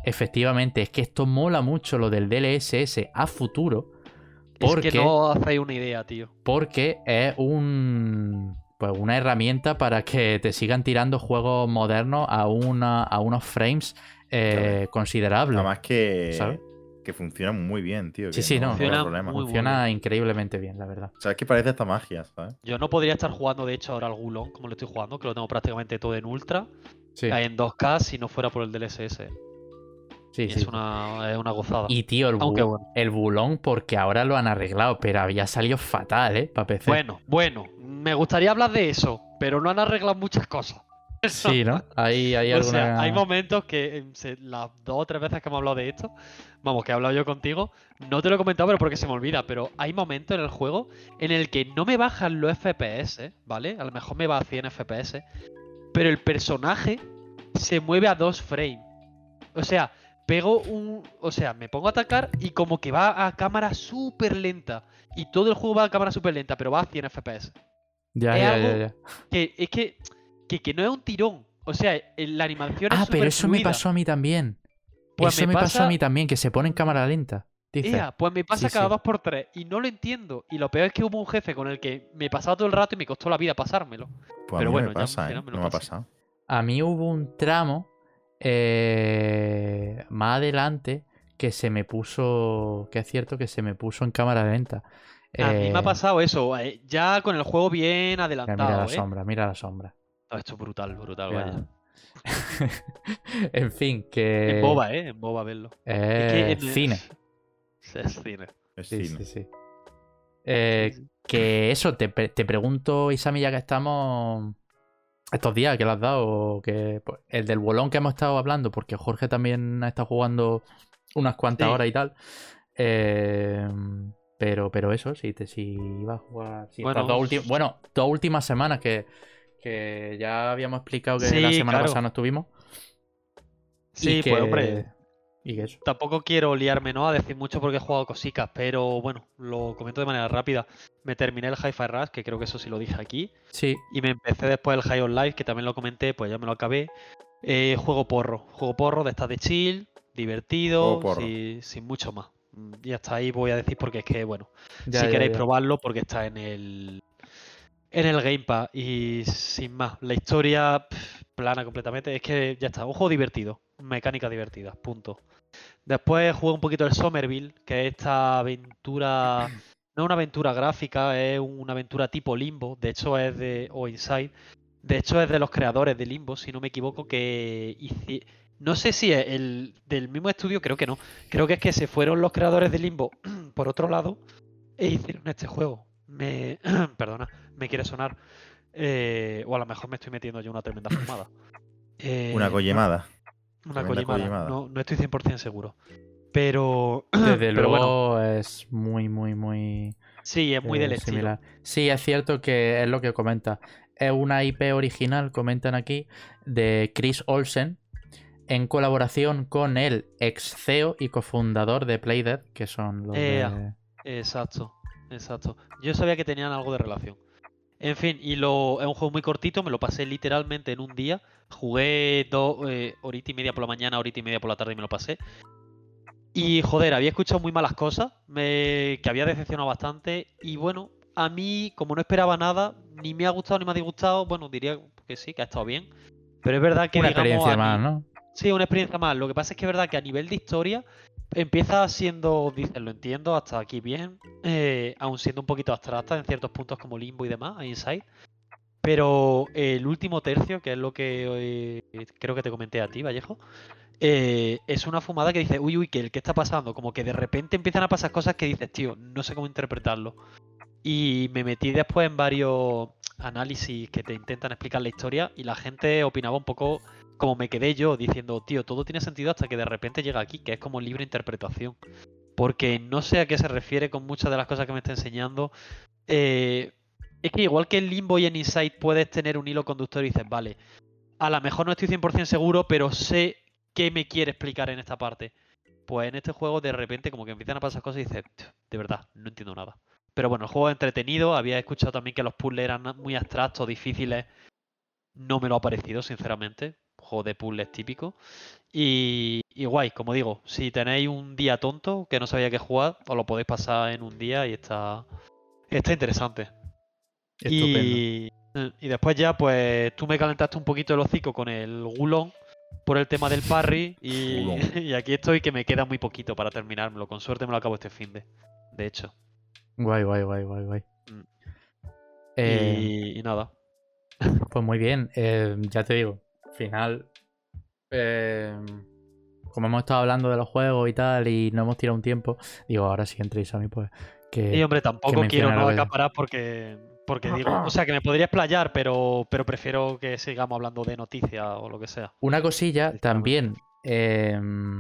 efectivamente, es que esto mola mucho lo del D L S S a futuro. Porque, es que no hacéis una idea, tío. Porque es un pues una herramienta para que te sigan tirando juegos modernos a, una, a unos frames eh, Claro. considerables. Nada más que, ¿sabes? que funciona muy bien, tío. Sí, que sí, no. Funciona hay problema. muy Funciona bien. increíblemente bien, la verdad. Sabes que parece esta magia, ¿sabes? Yo no podría estar jugando, de hecho, ahora al Gulon, como lo estoy jugando, que lo tengo prácticamente todo en ultra, Sí, en dos K, si no fuera por el D L S S. sí, Y sí. es una, es una gozada. Y tío, el, Aunque bu- bueno. el bulón, porque ahora lo han arreglado, pero había salido fatal, ¿eh? Para P C. Bueno, bueno, me gustaría hablar de eso, pero no han arreglado muchas cosas. Sí, ¿no? Hay, hay O alguna. sea, hay momentos que eh, se- las dos o tres veces que hemos hablado de esto, vamos, que he hablado yo contigo, no te lo he comentado, pero porque se me olvida, pero hay momentos en el juego en el que no me bajan los F P S, ¿vale? A lo mejor me va a cien F P S, pero el personaje se mueve a dos frames. O sea, pego un... O sea, me pongo a atacar y como que va a cámara súper lenta. Y todo el juego va a cámara súper lenta, pero va a cien F P S. Ya, es ya, algo ya, ya. Que es que, que, que no es un tirón. O sea, la animación es Ah, pero súper eso me fluida. pasó a mí también. Pues eso me me, pasó pasa- a mí también, que se pone en cámara lenta. Dice. Ea, pues me pasa Sí, cada sí. dos por tres y no lo entiendo. Y lo peor es que hubo un jefe con el que me pasaba todo el rato y me costó la vida pasármelo. Pues a Pero mí bueno, no me ya al pasa, final ¿eh? me lo No me ha pasé. pasado. A mí hubo un tramo eh, más adelante que se me puso. Que es cierto que se me puso en cámara lenta. A mí me Eh, ha pasado eso, eh, ya con el juego bien mira, adelantado, mira la ¿eh? sombra, mira la sombra. No, esto es brutal, brutal, Mira. vaya. En fin, que. En boba, ¿eh? En boba verlo. Es que en- cine. Es cine. Es Sí, cine. sí, sí. Eh, Sí, sí. que eso, te, pre- te pregunto, Isami, ya que estamos estos días que le has dado, que pues, el del bolón que hemos estado hablando, porque Jorge también ha estado jugando unas cuantas Sí. horas y tal. Eh, pero, pero eso, si te si iba a jugar. Si Bueno, estas dos ulti- bueno, dos últimas semanas que, que ya habíamos explicado que Sí, la semana claro. pasada no estuvimos. Sí, y que, pues hombre, Y que eso. tampoco quiero liarme, ¿no? A decir mucho porque he jugado cositas, pero bueno, lo comento de manera rápida. Me terminé el Hi-Fi Rush, que creo que eso sí lo dije aquí. Sí, Y me empecé después el High on Life, que también lo comenté, pues ya me lo acabé. Eh, juego porro. Juego porro de estas de chill, divertido, Juego porro. sin, sin mucho más. Mm, Y hasta ahí voy a decir porque es que, bueno, ya, si ya, queréis ya. probarlo, porque está en el en el Game Pass. Y sin más, la historia pff, plana completamente. Es que ya está, un juego divertido, mecánica divertida, punto. Después jugué un poquito el Somerville, que es esta aventura. No es una aventura gráfica, es una aventura tipo Limbo. De hecho, es de. O Inside. De hecho, es de los creadores de Limbo, si no me equivoco, que hici- no sé si es el del mismo estudio, creo que no. Creo que es que se fueron los creadores de Limbo por otro lado e hicieron este juego. Me. Perdona, me quiere sonar. Eh, o a lo mejor me estoy metiendo yo una tremenda fumada. Eh, Una collemada. Una tremenda collimada. collimada. No, no estoy cien por ciento seguro. Pero. Desde pero bueno, luego es muy, muy, muy. sí, es muy eh, del estilo. similar. Sí, es cierto que es lo que comenta. Es una I P original, comentan aquí, de Chris Olsen, en colaboración con el ex C E O y cofundador de Playdead, que son los Eh, de... Exacto, exacto. Yo sabía que tenían algo de relación. En fin, y lo es un juego muy cortito, me lo pasé literalmente en un día. Jugué dos eh, horita y media por la mañana, horita y media por la tarde y me lo pasé. Y joder, había escuchado muy malas cosas, me- que había decepcionado bastante. Y bueno, a mí, como no esperaba nada, ni me ha gustado ni me ha disgustado, bueno, diría que sí, que ha estado bien. Pero es verdad que Una digamos, experiencia a más, ni- ¿no? Sí, una experiencia más. Lo que pasa es que es verdad que a nivel de historia empieza siendo, dices, lo entiendo, hasta aquí bien, eh, aún siendo un poquito abstracta en ciertos puntos como Limbo y demás, a Inside. Pero el último tercio, que es lo que eh, creo que te comenté a ti, Vallejo, eh, es una fumada que dices, uy, uy, ¿qué, ¿qué está pasando? Como que de repente empiezan a pasar cosas que dices, tío, no sé cómo interpretarlo. Y me metí después en varios análisis que te intentan explicar la historia y la gente opinaba un poco como me quedé yo, diciendo, tío, todo tiene sentido hasta que de repente llega aquí, que es como libre interpretación. Porque no sé a qué se refiere con muchas de las cosas que me está enseñando. Eh, es que igual que en Limbo y en Inside puedes tener un hilo conductor y dices, vale, a lo mejor no estoy cien por ciento seguro, pero sé qué me quiere explicar en esta parte. Pues en este juego de repente como que empiezan a pasar cosas y dices, de verdad, no entiendo nada. Pero bueno, el juego es entretenido, había escuchado también que los puzzles eran muy abstractos, difíciles. No me lo ha parecido, sinceramente. juego de puzzles típico. Y, y guay, como digo, si tenéis un día tonto que no sabía qué jugar, os lo podéis pasar en un día y está, está interesante. Estupendo. Y, y después ya, pues tú me calentaste un poquito el hocico con el Gulón por el tema del parry y, Gulón. y aquí estoy que me queda muy poquito para terminármelo. Con suerte me lo acabo este finde, de hecho. Guay, guay, guay, guay, guay. Mm. Eh, Y, y nada. Pues muy bien, eh, ya te digo, final. eh, como hemos estado hablando de los juegos y tal, y no hemos tirado un tiempo, digo, ahora sí entréis a mí, pues. Que, Y hombre, tampoco mencione quiero lo no de- acaparar porque, porque digo, o sea, que me podría explayar, pero, pero prefiero que sigamos hablando de noticias o lo que sea. Una cosilla Sinceramente. también. eh,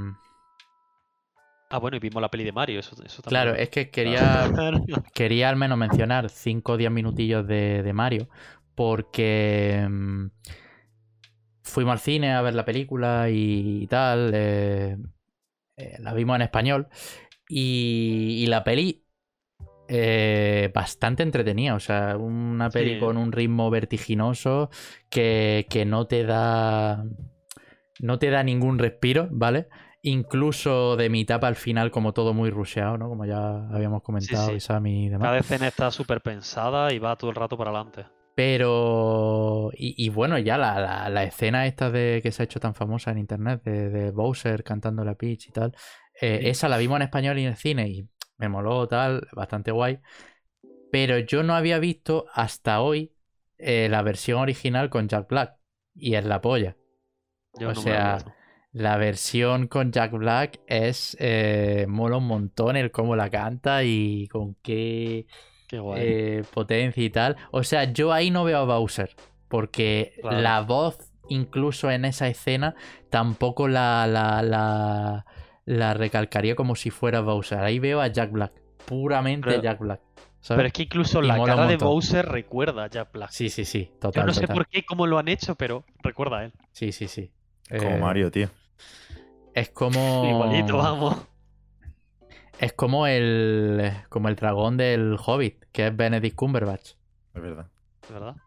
Ah, bueno, y vimos la peli de Mario, eso, eso también. Claro, lo- es que quería, Claro. quería al menos mencionar cinco o diez minutillos de, de Mario, porque mm, fuimos al cine a ver la película y, tal, eh, eh, la vimos en español, y, y la peli eh, bastante entretenida, o sea, una peli Sí. con un ritmo vertiginoso que, que no te da no te da ningún respiro, ¿vale? Incluso de mitad para el final, como todo muy rusheado, ¿no? Como ya habíamos comentado, sí. Isami y demás. Cada escena está súper pensada y va todo el rato para adelante. Pero. Y, y bueno, ya la, la, la escena esta de que se ha hecho tan famosa en internet, de, de Bowser cantando la Peach y tal, eh, Sí. esa la vimos en español y en el cine y me moló, tal, bastante guay. Pero yo no había visto hasta hoy eh, la versión original con Jack Black. Y es la polla. Yo O no me la he sea, visto. la versión con Jack Black es eh, mola un montón el cómo la canta y con qué Qué guay. eh, potencia y tal. O sea, yo ahí no veo a Bowser, porque Claro. la voz, incluso en esa escena, tampoco la, la, la, la recalcaría como si fuera Bowser. Ahí veo a Jack Black, puramente Pero- Jack Black. ¿sabes? Pero es que incluso Y la mola un cara de montón. Bowser recuerda a Jack Black. Sí, sí, sí, Yo total, no sé total. por qué, cómo lo han hecho, pero recuerda a él. Sí, sí, sí. Como Eh, Mario, tío. Es como... Igualito, vamos. Es como el como el dragón del Hobbit, que es Benedict Cumberbatch. Es verdad. ¿Verdad?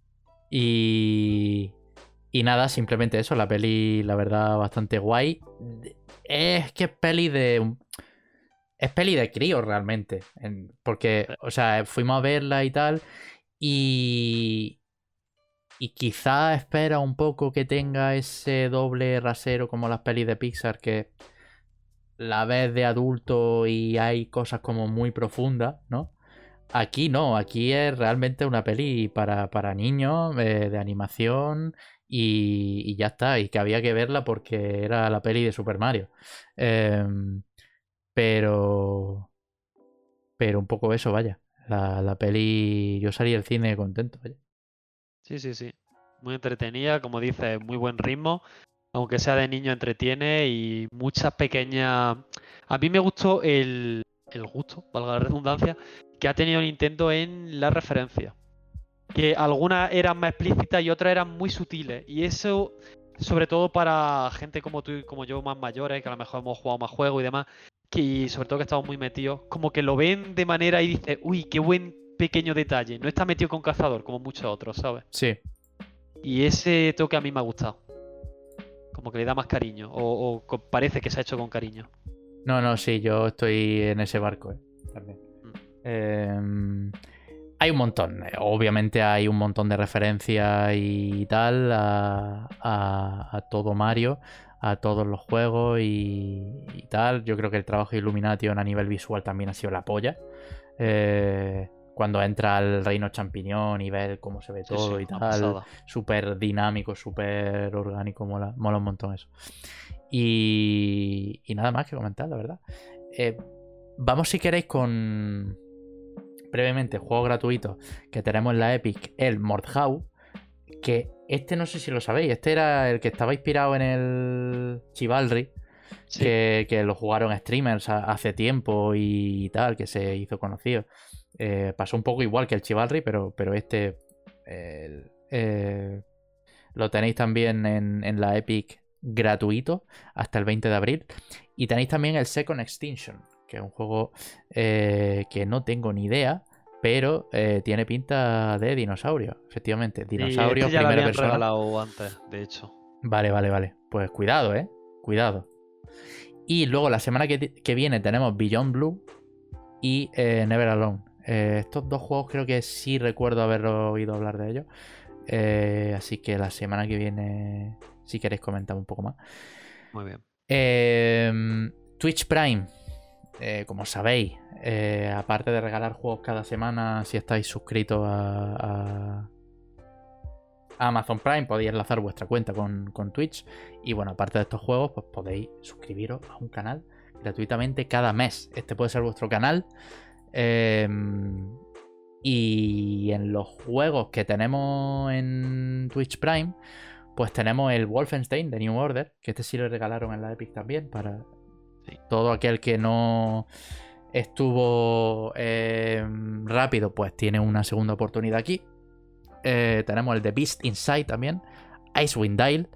Y y nada, simplemente eso, la peli, la verdad, bastante guay. Es que es peli de es peli de crío realmente, en- porque, o sea, fuimos a verla y tal, y y quizá espera un poco que tenga ese doble rasero como las pelis de Pixar, que la ves de adulto y hay cosas como muy profundas, ¿no? Aquí no, aquí es realmente una peli para, para niños, eh, de animación y, y ya está, y que había que verla porque era la peli de Super Mario. Eh, pero... Pero un poco eso, vaya. La, la peli... Yo salí del cine contento, vaya. Sí, sí, sí. Muy entretenida, como dices, muy buen ritmo. Aunque sea de niño, entretiene y muchas pequeñas. A mí me gustó el, el gusto, valga la redundancia, que ha tenido Nintendo en la referencia. Que algunas eran más explícitas y otras eran muy sutiles. Y eso, sobre todo para gente como tú y como yo, más mayores, que a lo mejor hemos jugado más juegos y demás, que y sobre todo que estamos muy metidos, como que lo ven de manera y dicen, uy, qué buen pequeño detalle. No está metido con cazador, como muchos otros, ¿sabes? Sí, Y ese toque a mí me ha gustado. Como que le da más cariño. O, o co- parece que se ha hecho con cariño. no, no, sí, yo estoy en ese barco, ¿eh? También. Eh, hay un montón, eh, obviamente hay un montón de referencias y tal a, a- a todo Mario, a todos los juegos y, y tal. Yo creo que el trabajo de Illumination a nivel visual también ha sido la polla. Eh, cuando entra al reino champiñón y ves cómo se ve Sí, todo sí, y una tal, pasada. súper dinámico, súper orgánico, mola, mola un montón eso. Y, y nada más que comentar, la verdad. Eh, vamos, si queréis, con brevemente juegos gratuitos que tenemos en la Epic, el Mordhau, que este no sé si lo sabéis, este era el que estaba inspirado en el Chivalry, Sí. que, que lo jugaron streamers a- hace tiempo y tal, que se hizo conocido. Eh, pasó un poco igual que el Chivalry, pero, pero este eh, eh, lo tenéis también en, en la Epic gratuito hasta el veinte de abril. Y tenéis también el Second Extinction, que es un juego eh, que no tengo ni idea, pero eh, tiene pinta de dinosaurio, efectivamente. Y Dinosaurio, este ya lo primera habían persona. regalado antes, de hecho. Vale, vale, vale. Pues cuidado, ¿eh? Cuidado. Y luego la semana que, que viene tenemos Beyond Blue y eh, Never Alone. Eh, estos dos juegos creo que sí recuerdo haber oído hablar de ellos. Eh, así que la semana que viene, si queréis, comentamos un poco más. Muy bien. Eh, Twitch Prime. Eh, como sabéis, eh, aparte de regalar juegos cada semana, si estáis suscritos a, a, a Amazon Prime, podéis enlazar vuestra cuenta con, con Twitch. Y bueno, aparte de estos juegos, pues podéis suscribiros a un canal gratuitamente cada mes. Este puede ser vuestro canal. Eh, y en los juegos que tenemos en Twitch Prime, pues tenemos el Wolfenstein de New Order, que este sí lo regalaron en la Epic también, para sí. Todo aquel que no estuvo eh, rápido, pues tiene una segunda oportunidad aquí. Eh, tenemos el de Beast Inside también, Icewind Dale.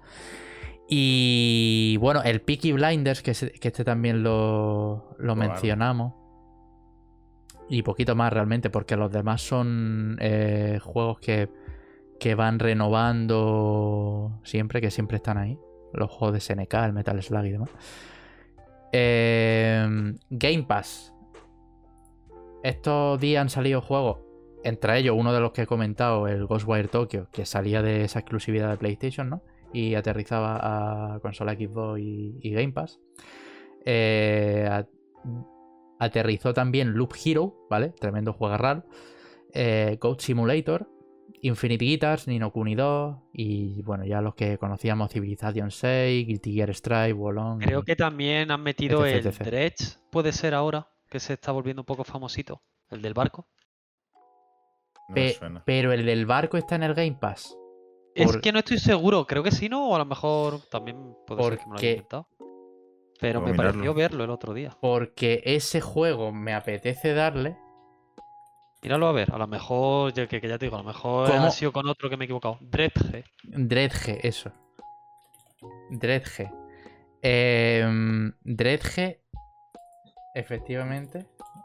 Y bueno, el Peaky Blinders, que, se, que este también lo, lo bueno. mencionamos. Y poquito más realmente, porque los demás son eh, juegos que, que van renovando siempre, que siempre están ahí. Los juegos de S N K, el Metal Slug y demás. Eh, Game Pass. Estos días han salido juegos, entre ellos uno de los que he comentado, el Ghostwire Tokyo, que salía de esa exclusividad de PlayStation, ¿no? Y aterrizaba a consola Xbox y, y Game Pass. Eh, a, aterrizó también Loop Hero, ¿vale? Tremendo juego raro. Eh, Goat Simulator, Infinite Guitars, Ni no Kuni dos y bueno, ya los que conocíamos, Civilization seis, Guilty Gear Strive, Wolong. Creo que también han metido etc, el etc. Dredge, puede ser ahora, que se está volviendo un poco famosito, el del barco. No Pe me suena. Pero el del barco está en el Game Pass. Es Por... que no estoy seguro, creo que sí, ¿no? O a lo mejor también puede Porque... ser que me lo haya inventado. Pero me mirarlo. pareció verlo el otro día. Porque ese juego me apetece darle. Míralo a ver, a lo mejor, que, que ya te digo, a lo mejor ¿Cómo? ha sido con otro que me he equivocado. Dredge. Dredge, eso. Dredge. Eh, Dredge, efectivamente,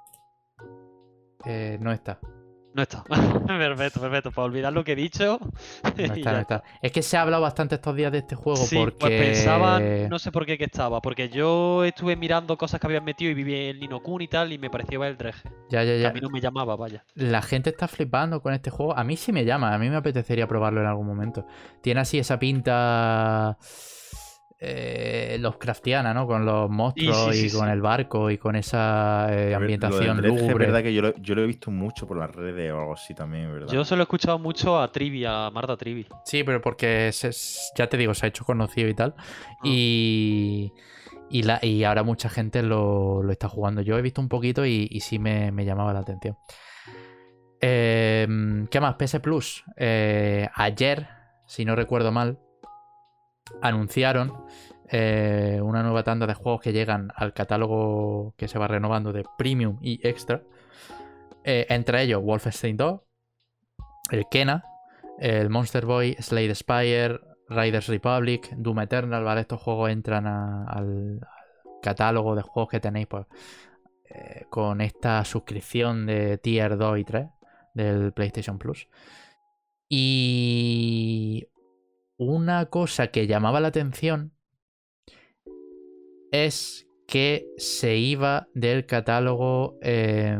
eh, no está. No está. Perfecto, perfecto. Para olvidar lo que he dicho. No está, no está. Es que se ha hablado bastante estos días de este juego sí, porque... pues pensaba, no sé por qué que estaba, porque yo estuve mirando cosas que habían metido y viví el Ni no Kuni y tal, y me pareció ver el Dredge. Ya, ya, ya. Que a mí no me llamaba, vaya. La gente está flipando con este juego. A mí sí me llama, a mí me apetecería probarlo en algún momento. Tiene así esa pinta... Eh, Lovecraftiana, ¿no? Con los monstruos sí, sí, sí, y con sí. el barco y con esa eh, ambientación lúgubre. Es verdad que yo lo, yo lo he visto mucho por las redes o algo así también, ¿verdad? Yo se lo he escuchado mucho a Trivi, a Marta Trivi. Sí, pero porque se, ya te digo, se ha hecho conocido y tal. Ah. Y, y, la, y ahora mucha gente lo, lo está jugando. Yo he visto un poquito y, y sí me, me llamaba la atención. Eh, ¿Qué más? P S Plus. Eh, ayer, si no recuerdo mal, anunciaron eh, una nueva tanda de juegos que llegan al catálogo que se va renovando de Premium y Extra. Eh, entre ellos Wolfenstein dos, el Kena, el Monster Boy, Slay the Spire, Riders Republic, Doom Eternal, ¿vale? Estos juegos entran a, al, al catálogo de juegos que tenéis pues, eh, con esta suscripción de Tier dos y tres del PlayStation Plus. Y... una cosa que llamaba la atención es que se iba del catálogo eh,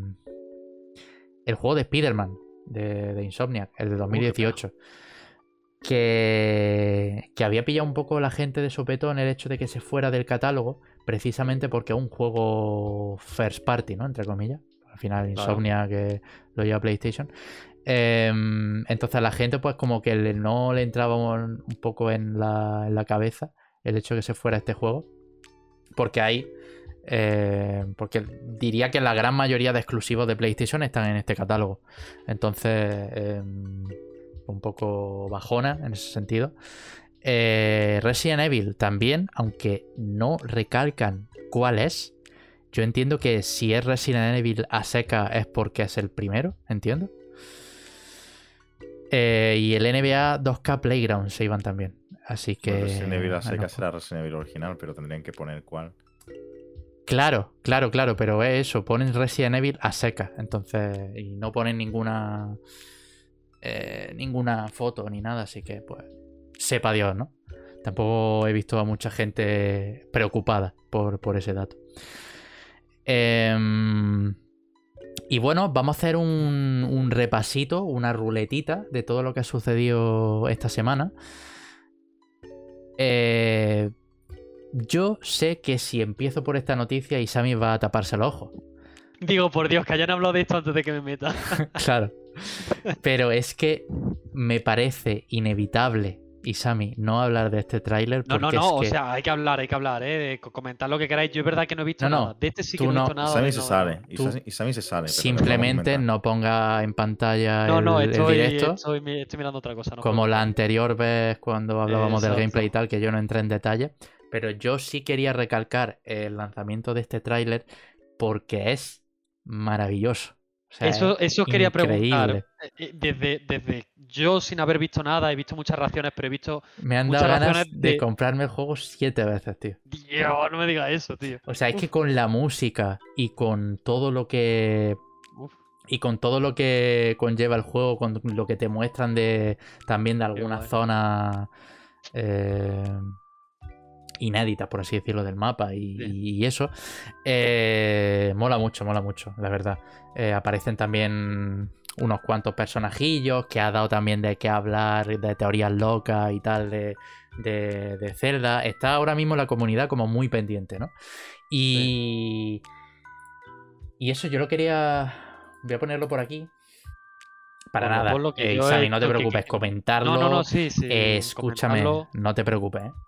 el juego de Spider-Man de, de Insomniac, el de dos mil dieciocho. Que, que había pillado un poco la gente de sopetón el hecho de que se fuera del catálogo, precisamente porque es un juego first party, ¿no? Entre comillas. Al final Insomniac que lo lleva PlayStation. Eh, entonces a la gente pues como que le, no le entraba un, un poco en la, en la cabeza el hecho de que se fuera este juego, porque hay eh, porque diría que la gran mayoría de exclusivos de PlayStation están en este catálogo, entonces eh, un poco bajona en ese sentido. eh, Resident Evil también, aunque no recalcan cuál es. Yo entiendo que si es Resident Evil a seca es porque es el primero, entiendo. Eh, y el N B A dos K Playground se iban también. Así que... Pues Resident Evil a seca no, será Resident Evil original, pero tendrían que poner cuál. Claro, claro, claro, pero es eso, ponen Resident Evil a seca, entonces, y no ponen ninguna eh, ninguna foto ni nada, así que pues sepa Dios, ¿no? Tampoco he visto a mucha gente preocupada por, por ese dato. Eh, y bueno, vamos a hacer un, un repasito, una ruletita de todo lo que ha sucedido esta semana. Eh, yo sé que si empiezo por esta noticia, Isami va a taparse los ojos. Digo, por Dios, que hayan hablado de esto antes de que me meta. Claro. Pero es que me parece inevitable, Isami, no hablar de este tráiler. No, no, porque no, es o que... sea, hay que hablar, hay que hablar, ¿eh? De co- comentar lo que queráis. Yo es verdad que no he visto No, no, nada. De este sí tú que no he no- visto nada. Isami de se no- sale. Tú Isami, Isami se sale. pero Simplemente lo vamos a no ponga en pantalla No, el, no, el estoy, directo. estoy, mi- estoy mirando otra cosa. No Como puedo la comentar. anterior vez cuando hablábamos del Exacto. gameplay y tal, que yo no entré en detalle. Pero yo sí quería recalcar el lanzamiento de este tráiler porque es maravilloso. O sea, Eso, es eso os quería preguntar. increíble. Eh, eh, Desde, desde yo, sin haber visto nada, he visto muchas reacciones, pero he visto. Me han muchas dado ganas reacciones de de- comprarme el juego siete veces, tío. Dios, no me digas eso, tío. O sea, es Uf. que con la música y con todo lo que Uf. y con todo lo que conlleva el juego, con lo que te muestran de también de algunas guay. zonas eh, inéditas, por así decirlo, del mapa y, Sí. y eso, eh, mola mucho, mola mucho, la verdad. Eh, aparecen también unos cuantos personajillos que ha dado también de qué hablar, de teorías locas y tal de, de, de Zelda. Está ahora mismo la comunidad como muy pendiente, ¿no? Y... Y eso yo lo quería... Voy a ponerlo por aquí. Para Ponlo, nada. ponlo, que Eh, yo Isami, he- no te que- que- preocupes. que- Comentarlo. No, no, no, sí, sí. eh, escúchame. comentarlo. No te preocupes. ¿eh?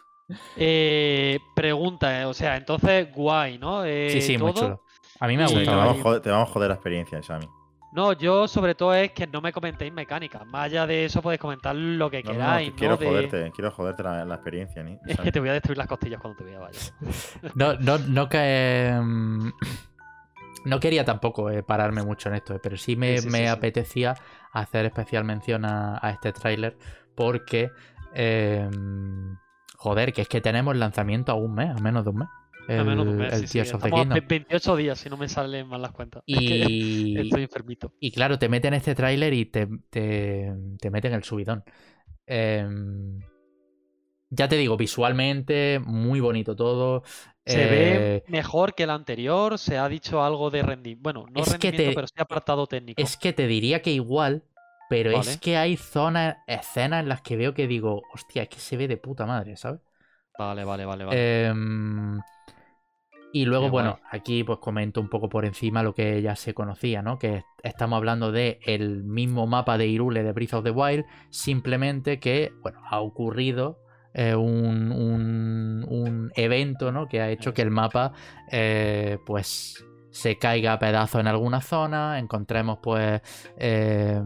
Eh, pregunta, eh, o sea, entonces guay, ¿no? Eh, Sí, sí, muy todo. chulo. A mí me ha Y- Sí, te, gustado. vamos ¿eh? a joder, te vamos a joder la experiencia, Isami. No, yo sobre todo es que no me comentéis mecánicas. Más allá de eso podéis comentar lo que No, no, no, queráis, que ¿no? quiero De- joderte, quiero joderte la, la experiencia, ¿ni? Es que te voy a destruir las costillas cuando te vea, vaya. No, no, no cae. mm, No quería tampoco eh, pararme mucho en esto, eh, pero sí me, Sí, sí, me sí, sí. apetecía hacer especial mención a, a este tráiler porque. eh, joder, que es que tenemos lanzamiento a un mes, a menos de un mes. El, A menos de un mes, el sí, sí, Tears of the estamos a Kingdom. ve- veintiocho días, si no me salen mal las cuentas. Es que Y, estoy enfermito. y claro, te meten este tráiler y te, te, te meten el subidón. Em, ya te digo, visualmente, muy bonito todo. Se Eh, ve mejor que el anterior, se ha dicho algo de rendimiento. Bueno, no Es que rendimiento, te- pero sí apartado técnico. Es que te diría que igual, pero es Vale. que hay zonas, escenas en las que veo que digo, hostia, es que se ve de puta madre, ¿sabes? Vale, vale, vale, vale. Em, y luego, Qué bueno, guay. aquí pues comento un poco por encima lo que ya se conocía, ¿no? Que estamos hablando de el mismo mapa de Hyrule de Breath of the Wild, simplemente que, bueno, ha ocurrido eh, un, un- un evento, ¿no? Que ha hecho que el mapa, eh, pues, se caiga a pedazos en algunas zonas, encontremos, pues, eh,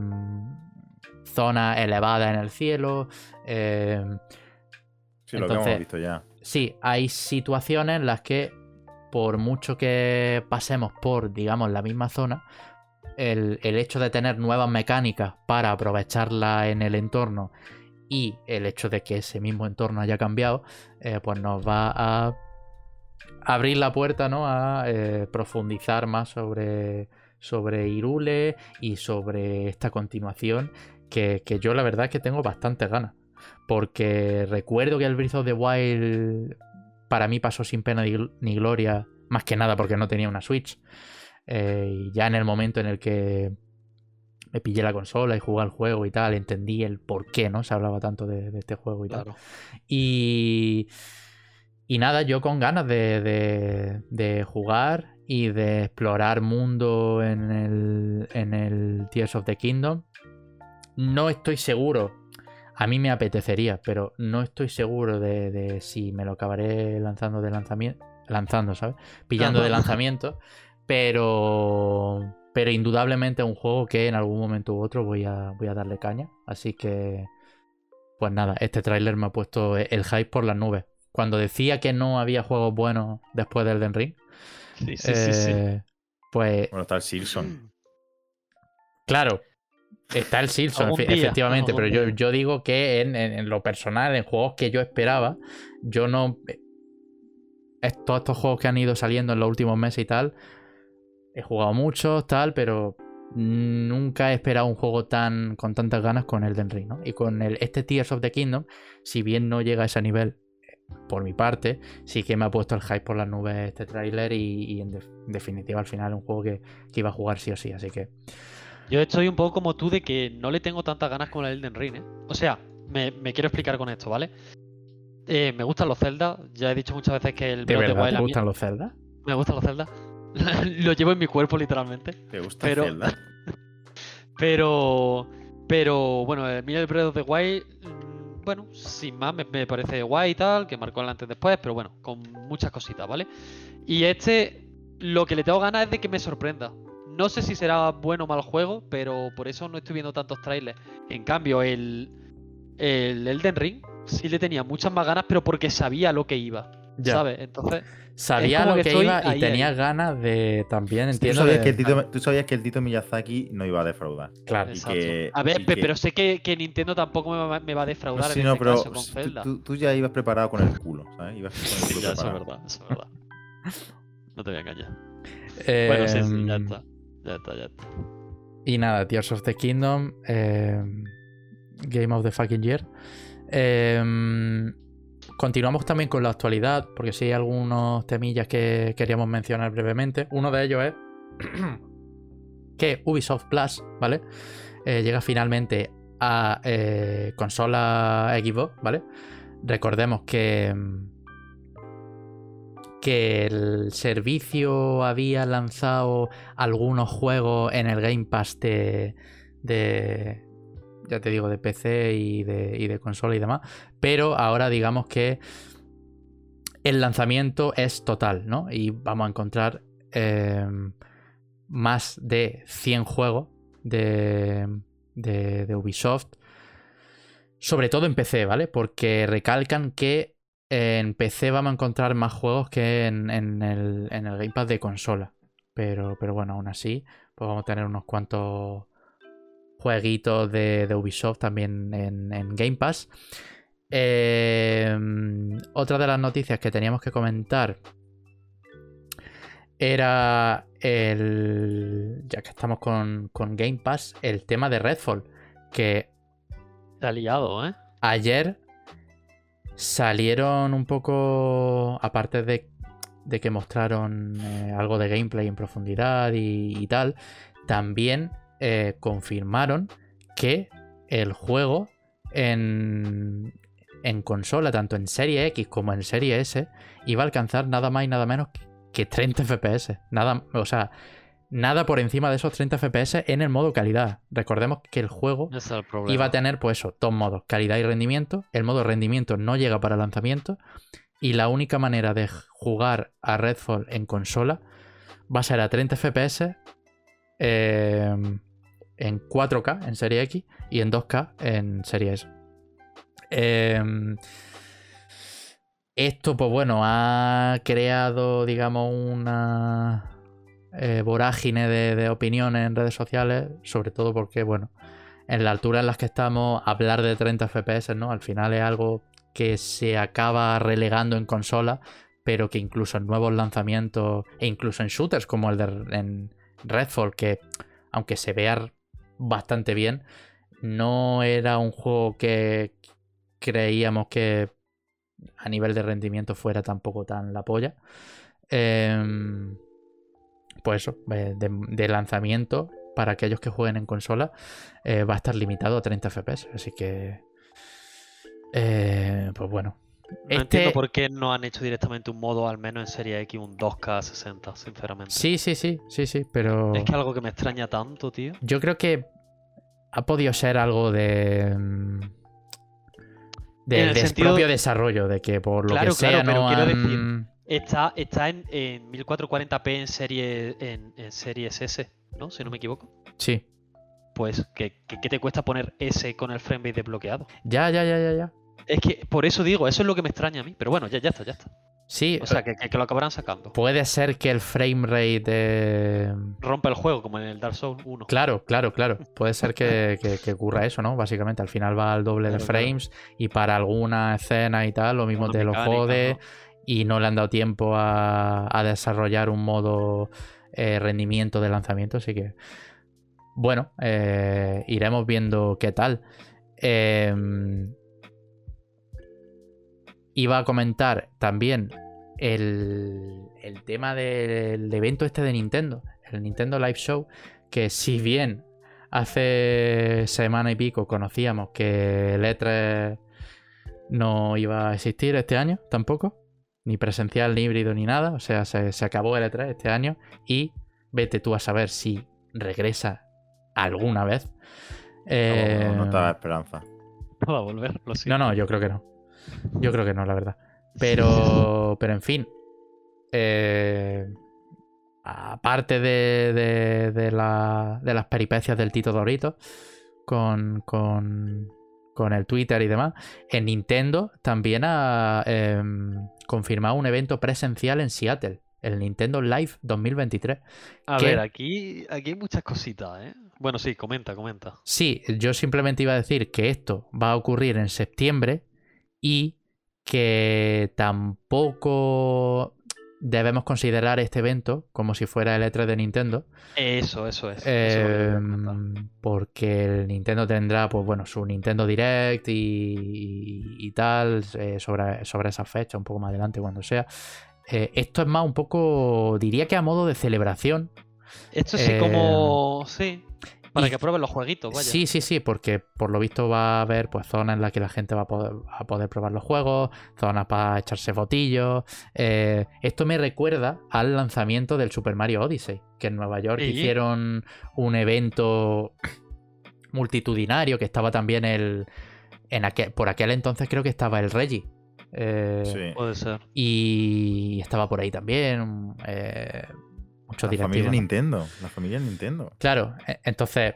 zonas elevadas en el cielo. eh, Sí, lo que entonces, hemos visto ya. Sí, hay situaciones en las que, por mucho que pasemos por, digamos, la misma zona, el, el hecho de tener nuevas mecánicas para aprovecharla en el entorno y el hecho de que ese mismo entorno haya cambiado, eh, pues nos va a abrir la puerta, ¿no? A eh, profundizar más sobre, sobre Hyrule y sobre esta continuación que, que yo la verdad es que tengo bastantes ganas. Porque recuerdo que el Breath of the Wild para mí pasó sin pena ni gl- ni gloria, más que nada porque no tenía una Switch. Eh, y ya en el momento en el que me pillé la consola y jugué al juego y tal, entendí el por qué, ¿no? Se hablaba tanto de, de este juego y tal. Claro. Y, y nada, yo con ganas de, de, de jugar y de explorar mundo en el, en el Tears of the Kingdom. No estoy seguro. A mí me apetecería, pero no estoy seguro de, de si me lo acabaré lanzando de lanzamiento. Lanzando, ¿sabes? Pillando de lanzamiento. Pero. Pero indudablemente es un juego que en algún momento u otro voy a, voy a darle caña. Así que. Pues nada, este tráiler me ha puesto el hype por las nubes. Cuando decía que no había juegos buenos después del Elden Ring. Sí, sí, sí, sí. eh, Pues. Bueno, está el Silson. Claro. Está el Silson, Algún efe- día, efectivamente, algún pero yo, día. yo digo que en, en- en lo personal, en juegos que yo esperaba, yo no... es- Todos estos juegos que han ido saliendo en los últimos meses y tal, he jugado muchos, tal, pero nunca he esperado un juego tan con tantas ganas con Elden Ring, ¿no? Y con el, este Tears of the Kingdom, si bien no llega a ese nivel por mi parte, sí que me ha puesto el hype por las nubes este tráiler y, y en, de, en definitiva al final es un juego que, que iba a jugar sí o sí, así que... Yo estoy un poco como tú de que no le tengo tantas ganas como el Elden Ring, ¿eh? O sea, me, me quiero explicar con esto, ¿vale? Eh, me gustan los Zelda, ya he dicho muchas veces que el ¿De Breath of the verdad Wild te a mí- gustan los Zelda? Me gustan los Zelda. Lo llevo en mi cuerpo literalmente. ¿Te gusta Pero- Zelda? Pero, pero bueno, a mí el Breath of the Wild, mm, bueno, sin más, me, me parece guay y tal, que marcó el antes y después, pero bueno, con muchas cositas, ¿vale? Y este, lo que le tengo ganas es de que me sorprenda. No sé si será bueno o mal juego, pero por eso no estoy viendo tantos trailers. En cambio, el, el Elden Ring sí le tenía muchas más ganas, pero porque sabía lo que iba, Ya. ¿sabes? Entonces, Sabía como lo que que estoy iba y ahí, tenía ahí. ganas de también, ¿Tú entiendo. sabías, de- que el Tito, tú sabías que el Tito Miyazaki no iba a defraudar. Claro. Y Exacto. que- A ver, y pe- que- pero sé que, que Nintendo tampoco me va, me va a No, defraudar sí, en no, este pero caso con tú, Zelda. tú- tú ya ibas preparado con el culo, ¿sabes? Ibas con el culo Ya, eso es preparado. verdad, eso es verdad. No te voy a engañar. Bueno, sí, sí, ya Em, está. Ya está, ya está. Y nada, Tears of the Kingdom, em, Game of the Fucking Year. Em, continuamos también con la actualidad, porque sí hay algunos temillas que queríamos mencionar brevemente. Uno de ellos es que Ubisoft Plus, ¿vale? Eh, llega finalmente a eh, consola Xbox, ¿vale? Recordemos que, que el servicio había lanzado algunos juegos en el Game Pass de, de ya te digo, de P C y de, y de consola y demás, pero ahora digamos que el lanzamiento es total, ¿no? Y vamos a encontrar eh, más de cien juegos de, de, de Ubisoft, sobre todo en P C, ¿vale? Porque recalcan que en P C vamos a encontrar más juegos que en, en, el, en el Game Pass de consola. Pero, pero bueno, aún así, pues vamos a tener unos cuantos jueguitos de, de Ubisoft también en, en Game Pass. Eh, otra de las noticias que teníamos que comentar era el... ya que estamos con, con Game Pass, el tema de Redfall, que Te ha liado, ¿eh? ayer salieron un poco, aparte de, de que mostraron eh, algo de gameplay en profundidad y, y tal, también eh, confirmaron que el juego en, en consola, tanto en Serie X como en Serie S, iba a alcanzar nada más y nada menos que treinta F P S. Nada, o sea, nada por encima de esos treinta F P S en el modo calidad. Recordemos que el juego Ese es el problema. iba a tener, pues eso, dos modos, calidad y rendimiento. El modo rendimiento no llega para lanzamiento. Y la única manera de jugar a Redfall en consola va a ser a treinta F P S eh, en cuatro K en Serie X y en dos K en Serie S. Eh, esto, pues bueno, ha creado, digamos, una eh, vorágine de, de opiniones en redes sociales, sobre todo porque, bueno, en la altura en las que estamos, hablar de treinta F P S, ¿no? Al final es algo que se acaba relegando en consola, pero que incluso en nuevos lanzamientos e incluso en shooters como el de en Redfall, que aunque se vea bastante bien, no era un juego que creíamos que a nivel de rendimiento fuera tampoco tan la polla. Eh, pues eso, de, de lanzamiento para aquellos que jueguen en consola eh, va a estar limitado a treinta F P S, así que eh, pues bueno. No Este- entiendo por qué no han hecho directamente un modo, al menos en Serie X, un dos K sesenta, sinceramente. Sí, sí, sí, sí, sí, pero Es que algo que me extraña tanto, tío. yo creo que ha podido ser algo de mm, En del el des- sentido- propio desarrollo, de que por lo Claro, que sea claro, pero no quiero han... decir- Está, está en, en mil cuatrocientos cuarenta p en serie en, en Series S, ¿no? Si no me equivoco. Sí, Pues, ¿qué, qué, qué te cuesta poner S con el framerate desbloqueado? ya, ya, ya, ya, ya. Es que por eso digo, eso es lo que me extraña a mí. Pero bueno, ya, ya está, ya está. Sí, O sea, que, que- que lo acabarán sacando. puede ser que el frame rate eh, Rompe el juego, como en el Dark Souls uno. Claro, claro, claro. Puede ser que, que- que ocurra eso, ¿no? Básicamente, al final va al doble de Claro, claro. frames y para alguna escena y tal, lo mismo Alguna te lo mecánica, jode ¿no? y no le han dado tiempo a, a desarrollar un modo eh, rendimiento de lanzamiento, así que bueno, eh, iremos viendo qué tal. Eh, iba a comentar también el, el tema del evento este de Nintendo, el Nintendo Live Show, que si bien hace semana y pico conocíamos que el E tres no iba a existir este año tampoco, ni presencial, ni híbrido, ni nada, o sea, se, se acabó el E tres este año y vete tú a saber si regresa alguna vez. Eh, No, no te da esperanza. No va a volver, lo no, siento. no, yo creo que no. Yo creo que no, la verdad. Pero, pero en fin. Eh, aparte de, de, de, la, de las peripecias del Tito Dorito con, con, con el Twitter y demás, en Nintendo también ha eh, confirmado un evento presencial en Seattle, el Nintendo Live dos mil veintitrés. A que- ver, aquí, aquí hay muchas cositas, ¿eh? Bueno, sí, comenta, comenta. Sí, yo simplemente iba a decir que esto va a ocurrir en septiembre y que tampoco debemos considerar este evento como si fuera el E tres de Nintendo. Eso, eso es. eso es lo que Eh, quería comentar. porque el Nintendo tendrá, pues bueno, su Nintendo Direct y, y tal, eh, sobre, sobre esa fecha, un poco más adelante cuando sea. Eh, esto es más un poco, diría que a modo de celebración. Esto sí eh, como... Sí, para y- que prueben los jueguitos, vaya. Sí, sí, sí, porque por lo visto va a haber pues zonas en las que la gente va a poder, a poder probar los juegos, zonas para echarse fotillos. Eh, esto me recuerda al lanzamiento del Super Mario Odyssey, que en Nueva York Sí. hicieron un evento multitudinario, que estaba también el... En aquel, por aquel entonces creo que estaba el Reggie. eh, Sí. Puede ser. Y estaba por ahí también. Eh, muchos La familia directivos, ¿no? Nintendo. La familia Nintendo. Claro, e- entonces...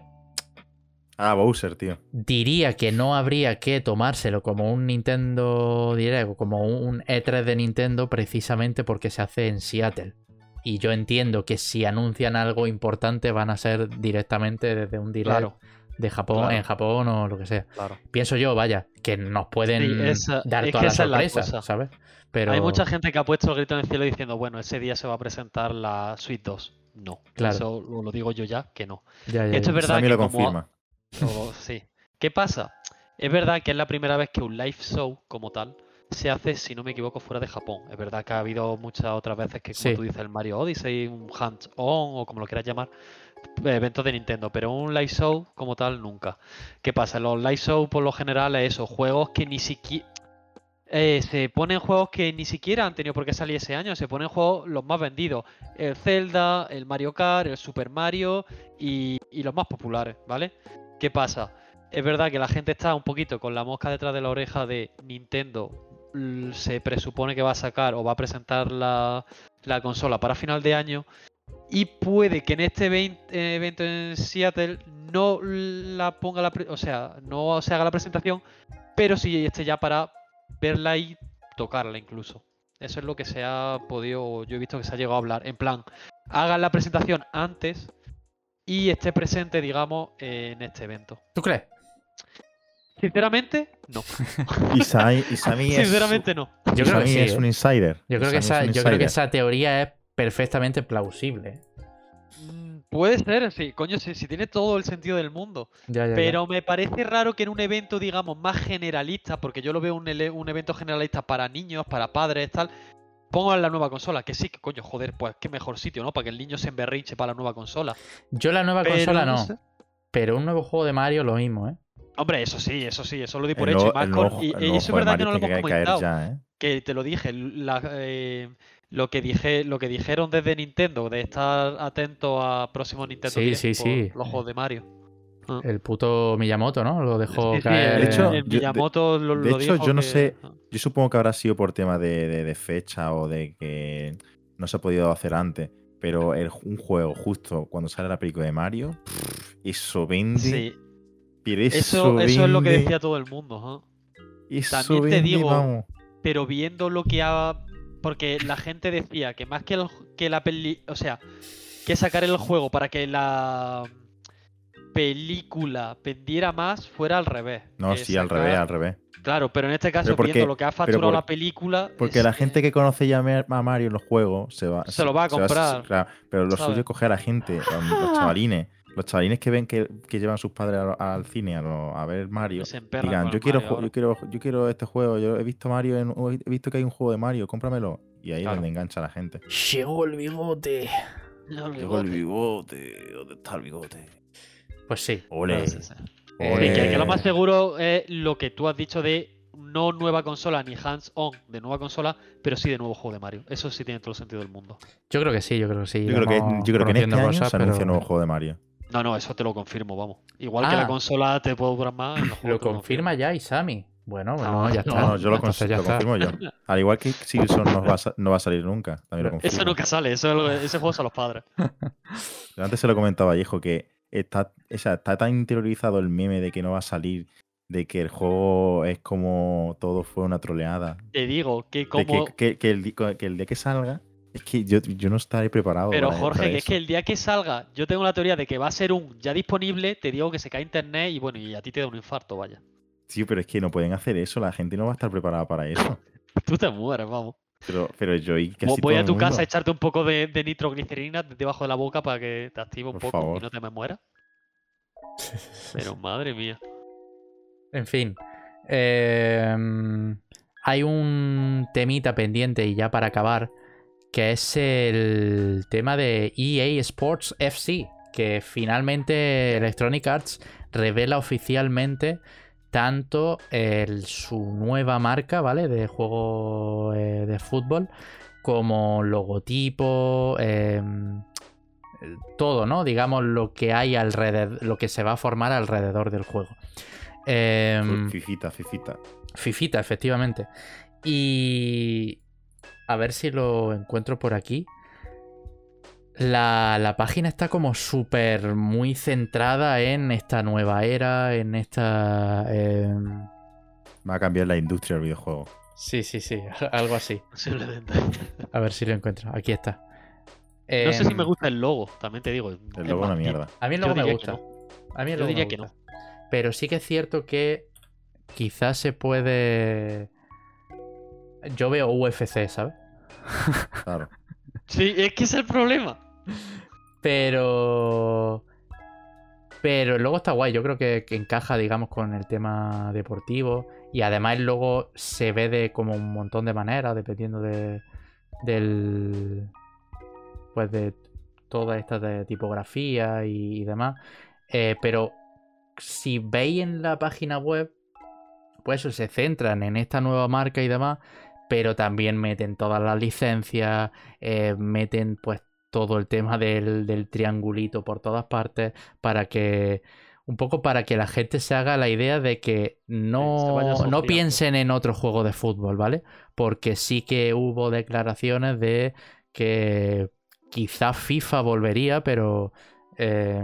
Ah, Bowser, tío. Diría que no habría que tomárselo como un Nintendo Direct o como un E tres de Nintendo precisamente porque se hace en Seattle. Y yo entiendo que si anuncian algo importante van a ser directamente desde un Direct Claro, de Japón, claro. en Japón o lo que sea. claro. Pienso yo, vaya, que nos pueden Sí, esa- dar es toda que la esa es la sorpresa, cosa. ¿sabes? Pero Hay mucha gente que ha puesto el grito en el cielo diciendo, bueno, ese día se va a presentar la Switch dos. No, Claro. eso lo lo digo yo ya, que no. ya, ya, Esto ya. es verdad Sammy que lo como- confirma. Todo- sí. ¿Qué pasa? Es verdad que es la primera vez que un live show como tal se hace, si no me equivoco, fuera de Japón. Es verdad que ha habido muchas otras veces que, como Sí. tú dices, el Mario Odyssey, un hands-on o como lo quieras llamar, eventos de Nintendo, pero un live show como tal nunca. ¿Qué pasa? Los live show por lo general es eso, juegos que ni siquiera... Eh, se ponen juegos que ni siquiera han tenido por qué salir ese año, se ponen juegos los más vendidos. El Zelda, el Mario Kart, el Super Mario y, y los más populares, ¿vale? ¿Qué pasa? Es verdad que la gente está un poquito con la mosca detrás de la oreja de Nintendo. l- Se presupone que va a sacar o va a presentar la, la consola para final de año. Y puede que en este vein- eh, evento en Seattle no la ponga la... pre- O sea, no se haga la presentación, pero sí esté ya para verla y tocarla incluso. Eso es lo que se ha podido, yo he visto que se ha llegado a hablar. En plan, hagan la presentación antes y esté presente, digamos, en este evento. ¿Tú crees? Sinceramente, no. Y Sammy, y Sammy es, Sinceramente, no. Yo y creo que Sammy sí, es ¿eh? un insider. Yo Y creo, que Sammy es esa, un yo creo que insider. esa teoría es perfectamente plausible. ¿eh? Mm, Puede ser, sí, coño, si, si tiene todo el sentido del mundo. Ya, ya, ya. Pero me parece raro que en un evento, digamos, más generalista, porque yo lo veo un, ele- un evento generalista para niños, para padres, tal, pongan la nueva consola. Que sí, que coño, joder, pues qué mejor sitio, ¿no? Para que el niño se emberrinche para la nueva consola. Yo la nueva Pero consola no, sé. pero un nuevo juego de Mario lo mismo, ¿eh? Hombre, eso sí, eso sí, eso lo di por El hecho. nuevo- Y, más el con- nuevo- y- el y nuevo eso es juego de verdad que Mario no lo tiene hemos que caer comentado. ya, ¿eh? Que te lo dije, la, eh, lo que dije, lo que dijeron desde Nintendo, de estar atento a próximos Nintendo Sí, Direct sí, por sí. los juegos de Mario. Ah. El puto Miyamoto, ¿no? Lo dejó Sí, sí, caer. el, De hecho, el yo- de- Miyamoto lo, de lo hecho, dijo yo no que- sé- Yo supongo que habrá sido por tema de, de- de fecha o de que no se ha podido hacer antes. Pero el, un juego justo cuando sale la película de Mario, pff, eso vende. Sí, Pero eso, eso, eso es lo que vende, decía todo el mundo. ¿ah? eso También te vende, digo- vamos. Pero viendo lo que ha... Porque la gente decía que más que, el- que la peli... O sea, que sacar el juego para que la película vendiera más fuera al revés. No, que sí, al sacar- revés, al revés. Claro, pero en este caso, Pero porque- viendo lo que ha facturado por- la película... Porque es la que- gente que conoce ya a Mario en los juegos se va Se lo va a comprar, claro, pero lo ¿sabes? suyo es coger a la gente, a los chavalines, los chavalines que ven que, que llevan a sus padres a- al cine a, lo- a ver Mario, Se emperran digan, con yo el quiero, Mario ju- ahora. yo quiero, yo quiero este juego, yo he visto Mario en, he visto que hay un juego de Mario, cómpramelo. Y ahí es Claro. donde engancha a la gente. Llegó el bigote. No, Llegó el bigote. bigote, ¿dónde está el bigote? Pues sí. Ole. Sí, sí, sí. Ole. Y que, que lo más seguro es lo que tú has dicho de no nueva consola ni hands-on de nueva consola, pero sí de nuevo juego de Mario. Eso sí tiene todo el sentido del mundo. Yo creo que sí, yo creo que sí. Yo creo que, Iremos yo creo que en este conociendo año cosas, se anuncia un pero- nuevo juego de Mario. No, no, eso te lo confirmo, vamos. Igual que Ah. la consola te puede durar más. en los juegos Lo te lo confirma ya Isami. Bueno, Ah, bueno, ya no, está. No, no, yo lo, Entonces cons- ya lo está. confirmo yo. Al igual que Silson no va a, sa- no va a salir nunca. También lo confirmo. Eso nunca sale, eso es lo- ese juego son los padres. Yo antes se lo comentaba a Vallejo que está, o sea, está tan interiorizado el meme de que no va a salir, de que el juego es como todo fue una troleada. Te digo que De como. que, que- que el, di- que el día que salga, es que yo, yo no estaré preparado. Pero para- Jorge, para que es eso. que el día que salga, yo tengo la teoría de que va a ser un ya disponible, te digo que se cae internet y bueno, y a ti te da un infarto, vaya. Sí, pero es que no pueden hacer eso, la gente no va a estar preparada para eso. Tú te mueres, vamos. Pero, pero yo y Vo- casi Voy todo a el tu mundo. casa a echarte un poco de, de nitroglicerina debajo de la boca para que te active un Por poco favor. y no te me mueras. Pero madre mía. En fin. eh, hay un temita pendiente y ya para acabar, que es el tema de E A Sports F C, que finalmente Electronic Arts revela oficialmente tanto el- su nueva marca, ¿vale? De juego eh, de fútbol, como logotipo, eh, todo, ¿no? Digamos lo que hay alrededor, lo que se va a formar alrededor del juego. Eh, Fifita, fifita. Fifita, efectivamente. Y a ver si lo encuentro por aquí. La, la página está como súper muy centrada en esta nueva era, en esta... eh, Va a cambiar la industria del videojuego. Sí, sí, sí, algo así. Posiblemente. A ver si lo encuentro. Aquí está. No sé si Em, me gusta el logo, también te digo. El logo es una mierda. A mí el Yo logo me diría que gusta. A mí el Yo logo me diría que gusta. Pero sí que es cierto que quizás se puede... Yo veo U F C, ¿sabes? Claro. Sí, es que ese es el problema. Pero... Pero el logo está guay. Yo creo que, que encaja, digamos, con el tema deportivo. Y además el logo se ve de como un montón de maneras, dependiendo de... Del... Pues de toda esta de tipografía y, y demás. Eh, pero si veis en la página web, pues eso, se centran en esta nueva marca y demás, pero también meten todas las licencias, eh, meten pues todo el tema del, del triangulito por todas partes, para que, un poco para que la gente se haga la idea de que Se vaya no, no asociando. piensen en otro juego de fútbol, ¿vale? Porque sí que hubo declaraciones de que quizás FIFA volvería, pero eh,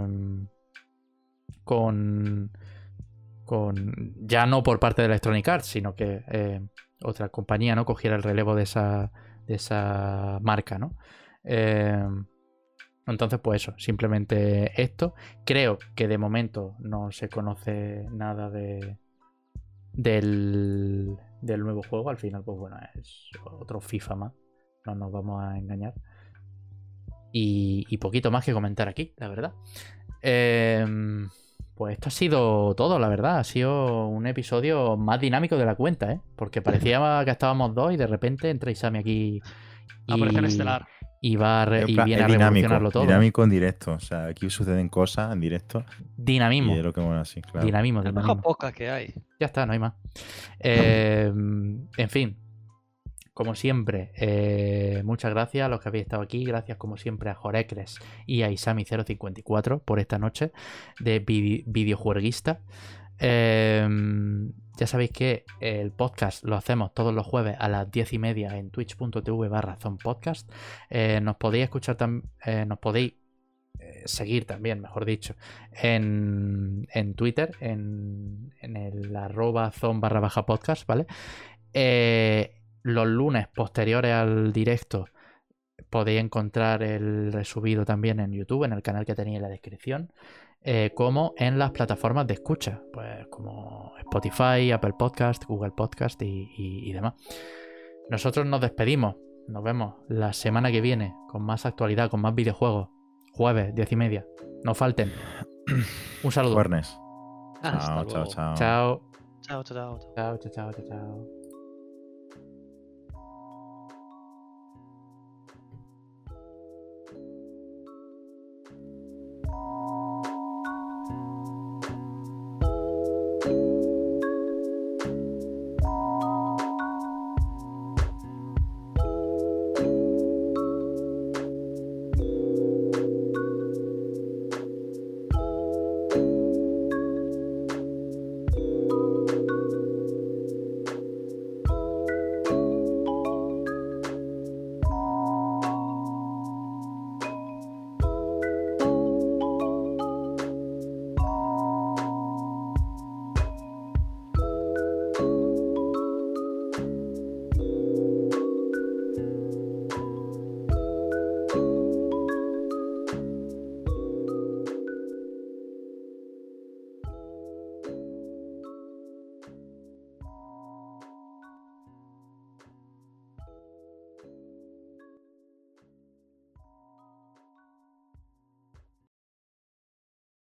con, con ya no por parte de Electronic Arts, sino que eh, otra compañía no cogiera el relevo de esa, de esa marca, ¿no? Eh, entonces, pues eso, simplemente esto. Creo que de momento no se conoce nada de del, del nuevo juego. Al final, pues bueno, es otro FIFA más. No nos vamos a engañar. Y, y poquito más que comentar aquí, la verdad. Eh, pues esto ha sido todo, la verdad. Ha sido un episodio más dinámico de la cuenta, ¿eh? Porque parecía que estábamos dos y de repente entra Isami aquí y, Aparición estelar. y, va a re- Es y pla- viene es a dinámico, revolucionarlo todo. dinámico en directo. O sea, aquí suceden cosas en directo Dinamismo. y es lo que mola así, claro. Dinamismo, El mejor dinamismo. podcast que hay. Ya está, no hay más. Eh, en fin, como siempre, eh, muchas gracias a los que habéis estado aquí. Gracias, como siempre, a Jorecres y a Isami cero cincuenta y cuatro por esta noche de vide- videojueguista. Eh, ya sabéis que el podcast lo hacemos todos los jueves a las diez y media en twitch.tv barra zonpodcast. Eh, nos podéis escuchar también, eh, nos podéis eh, seguir también, mejor dicho, en, en Twitter, en, en el arroba zon barra baja podcast, ¿vale? Eh, los lunes posteriores al directo podéis encontrar el resubido también en YouTube, en el canal que tenéis en la descripción, eh, como en las plataformas de escucha, pues como Spotify, Apple Podcast, Google Podcast y, y- y demás. Nosotros nos despedimos, nos vemos la semana que viene con más actualidad, con más videojuegos, jueves, diez y media. No falten. Un saludo. Juernes. Hasta Chao, chao, luego. chao. Chao. Chao, chao, chao. Chao, chao, chao, chao, chao.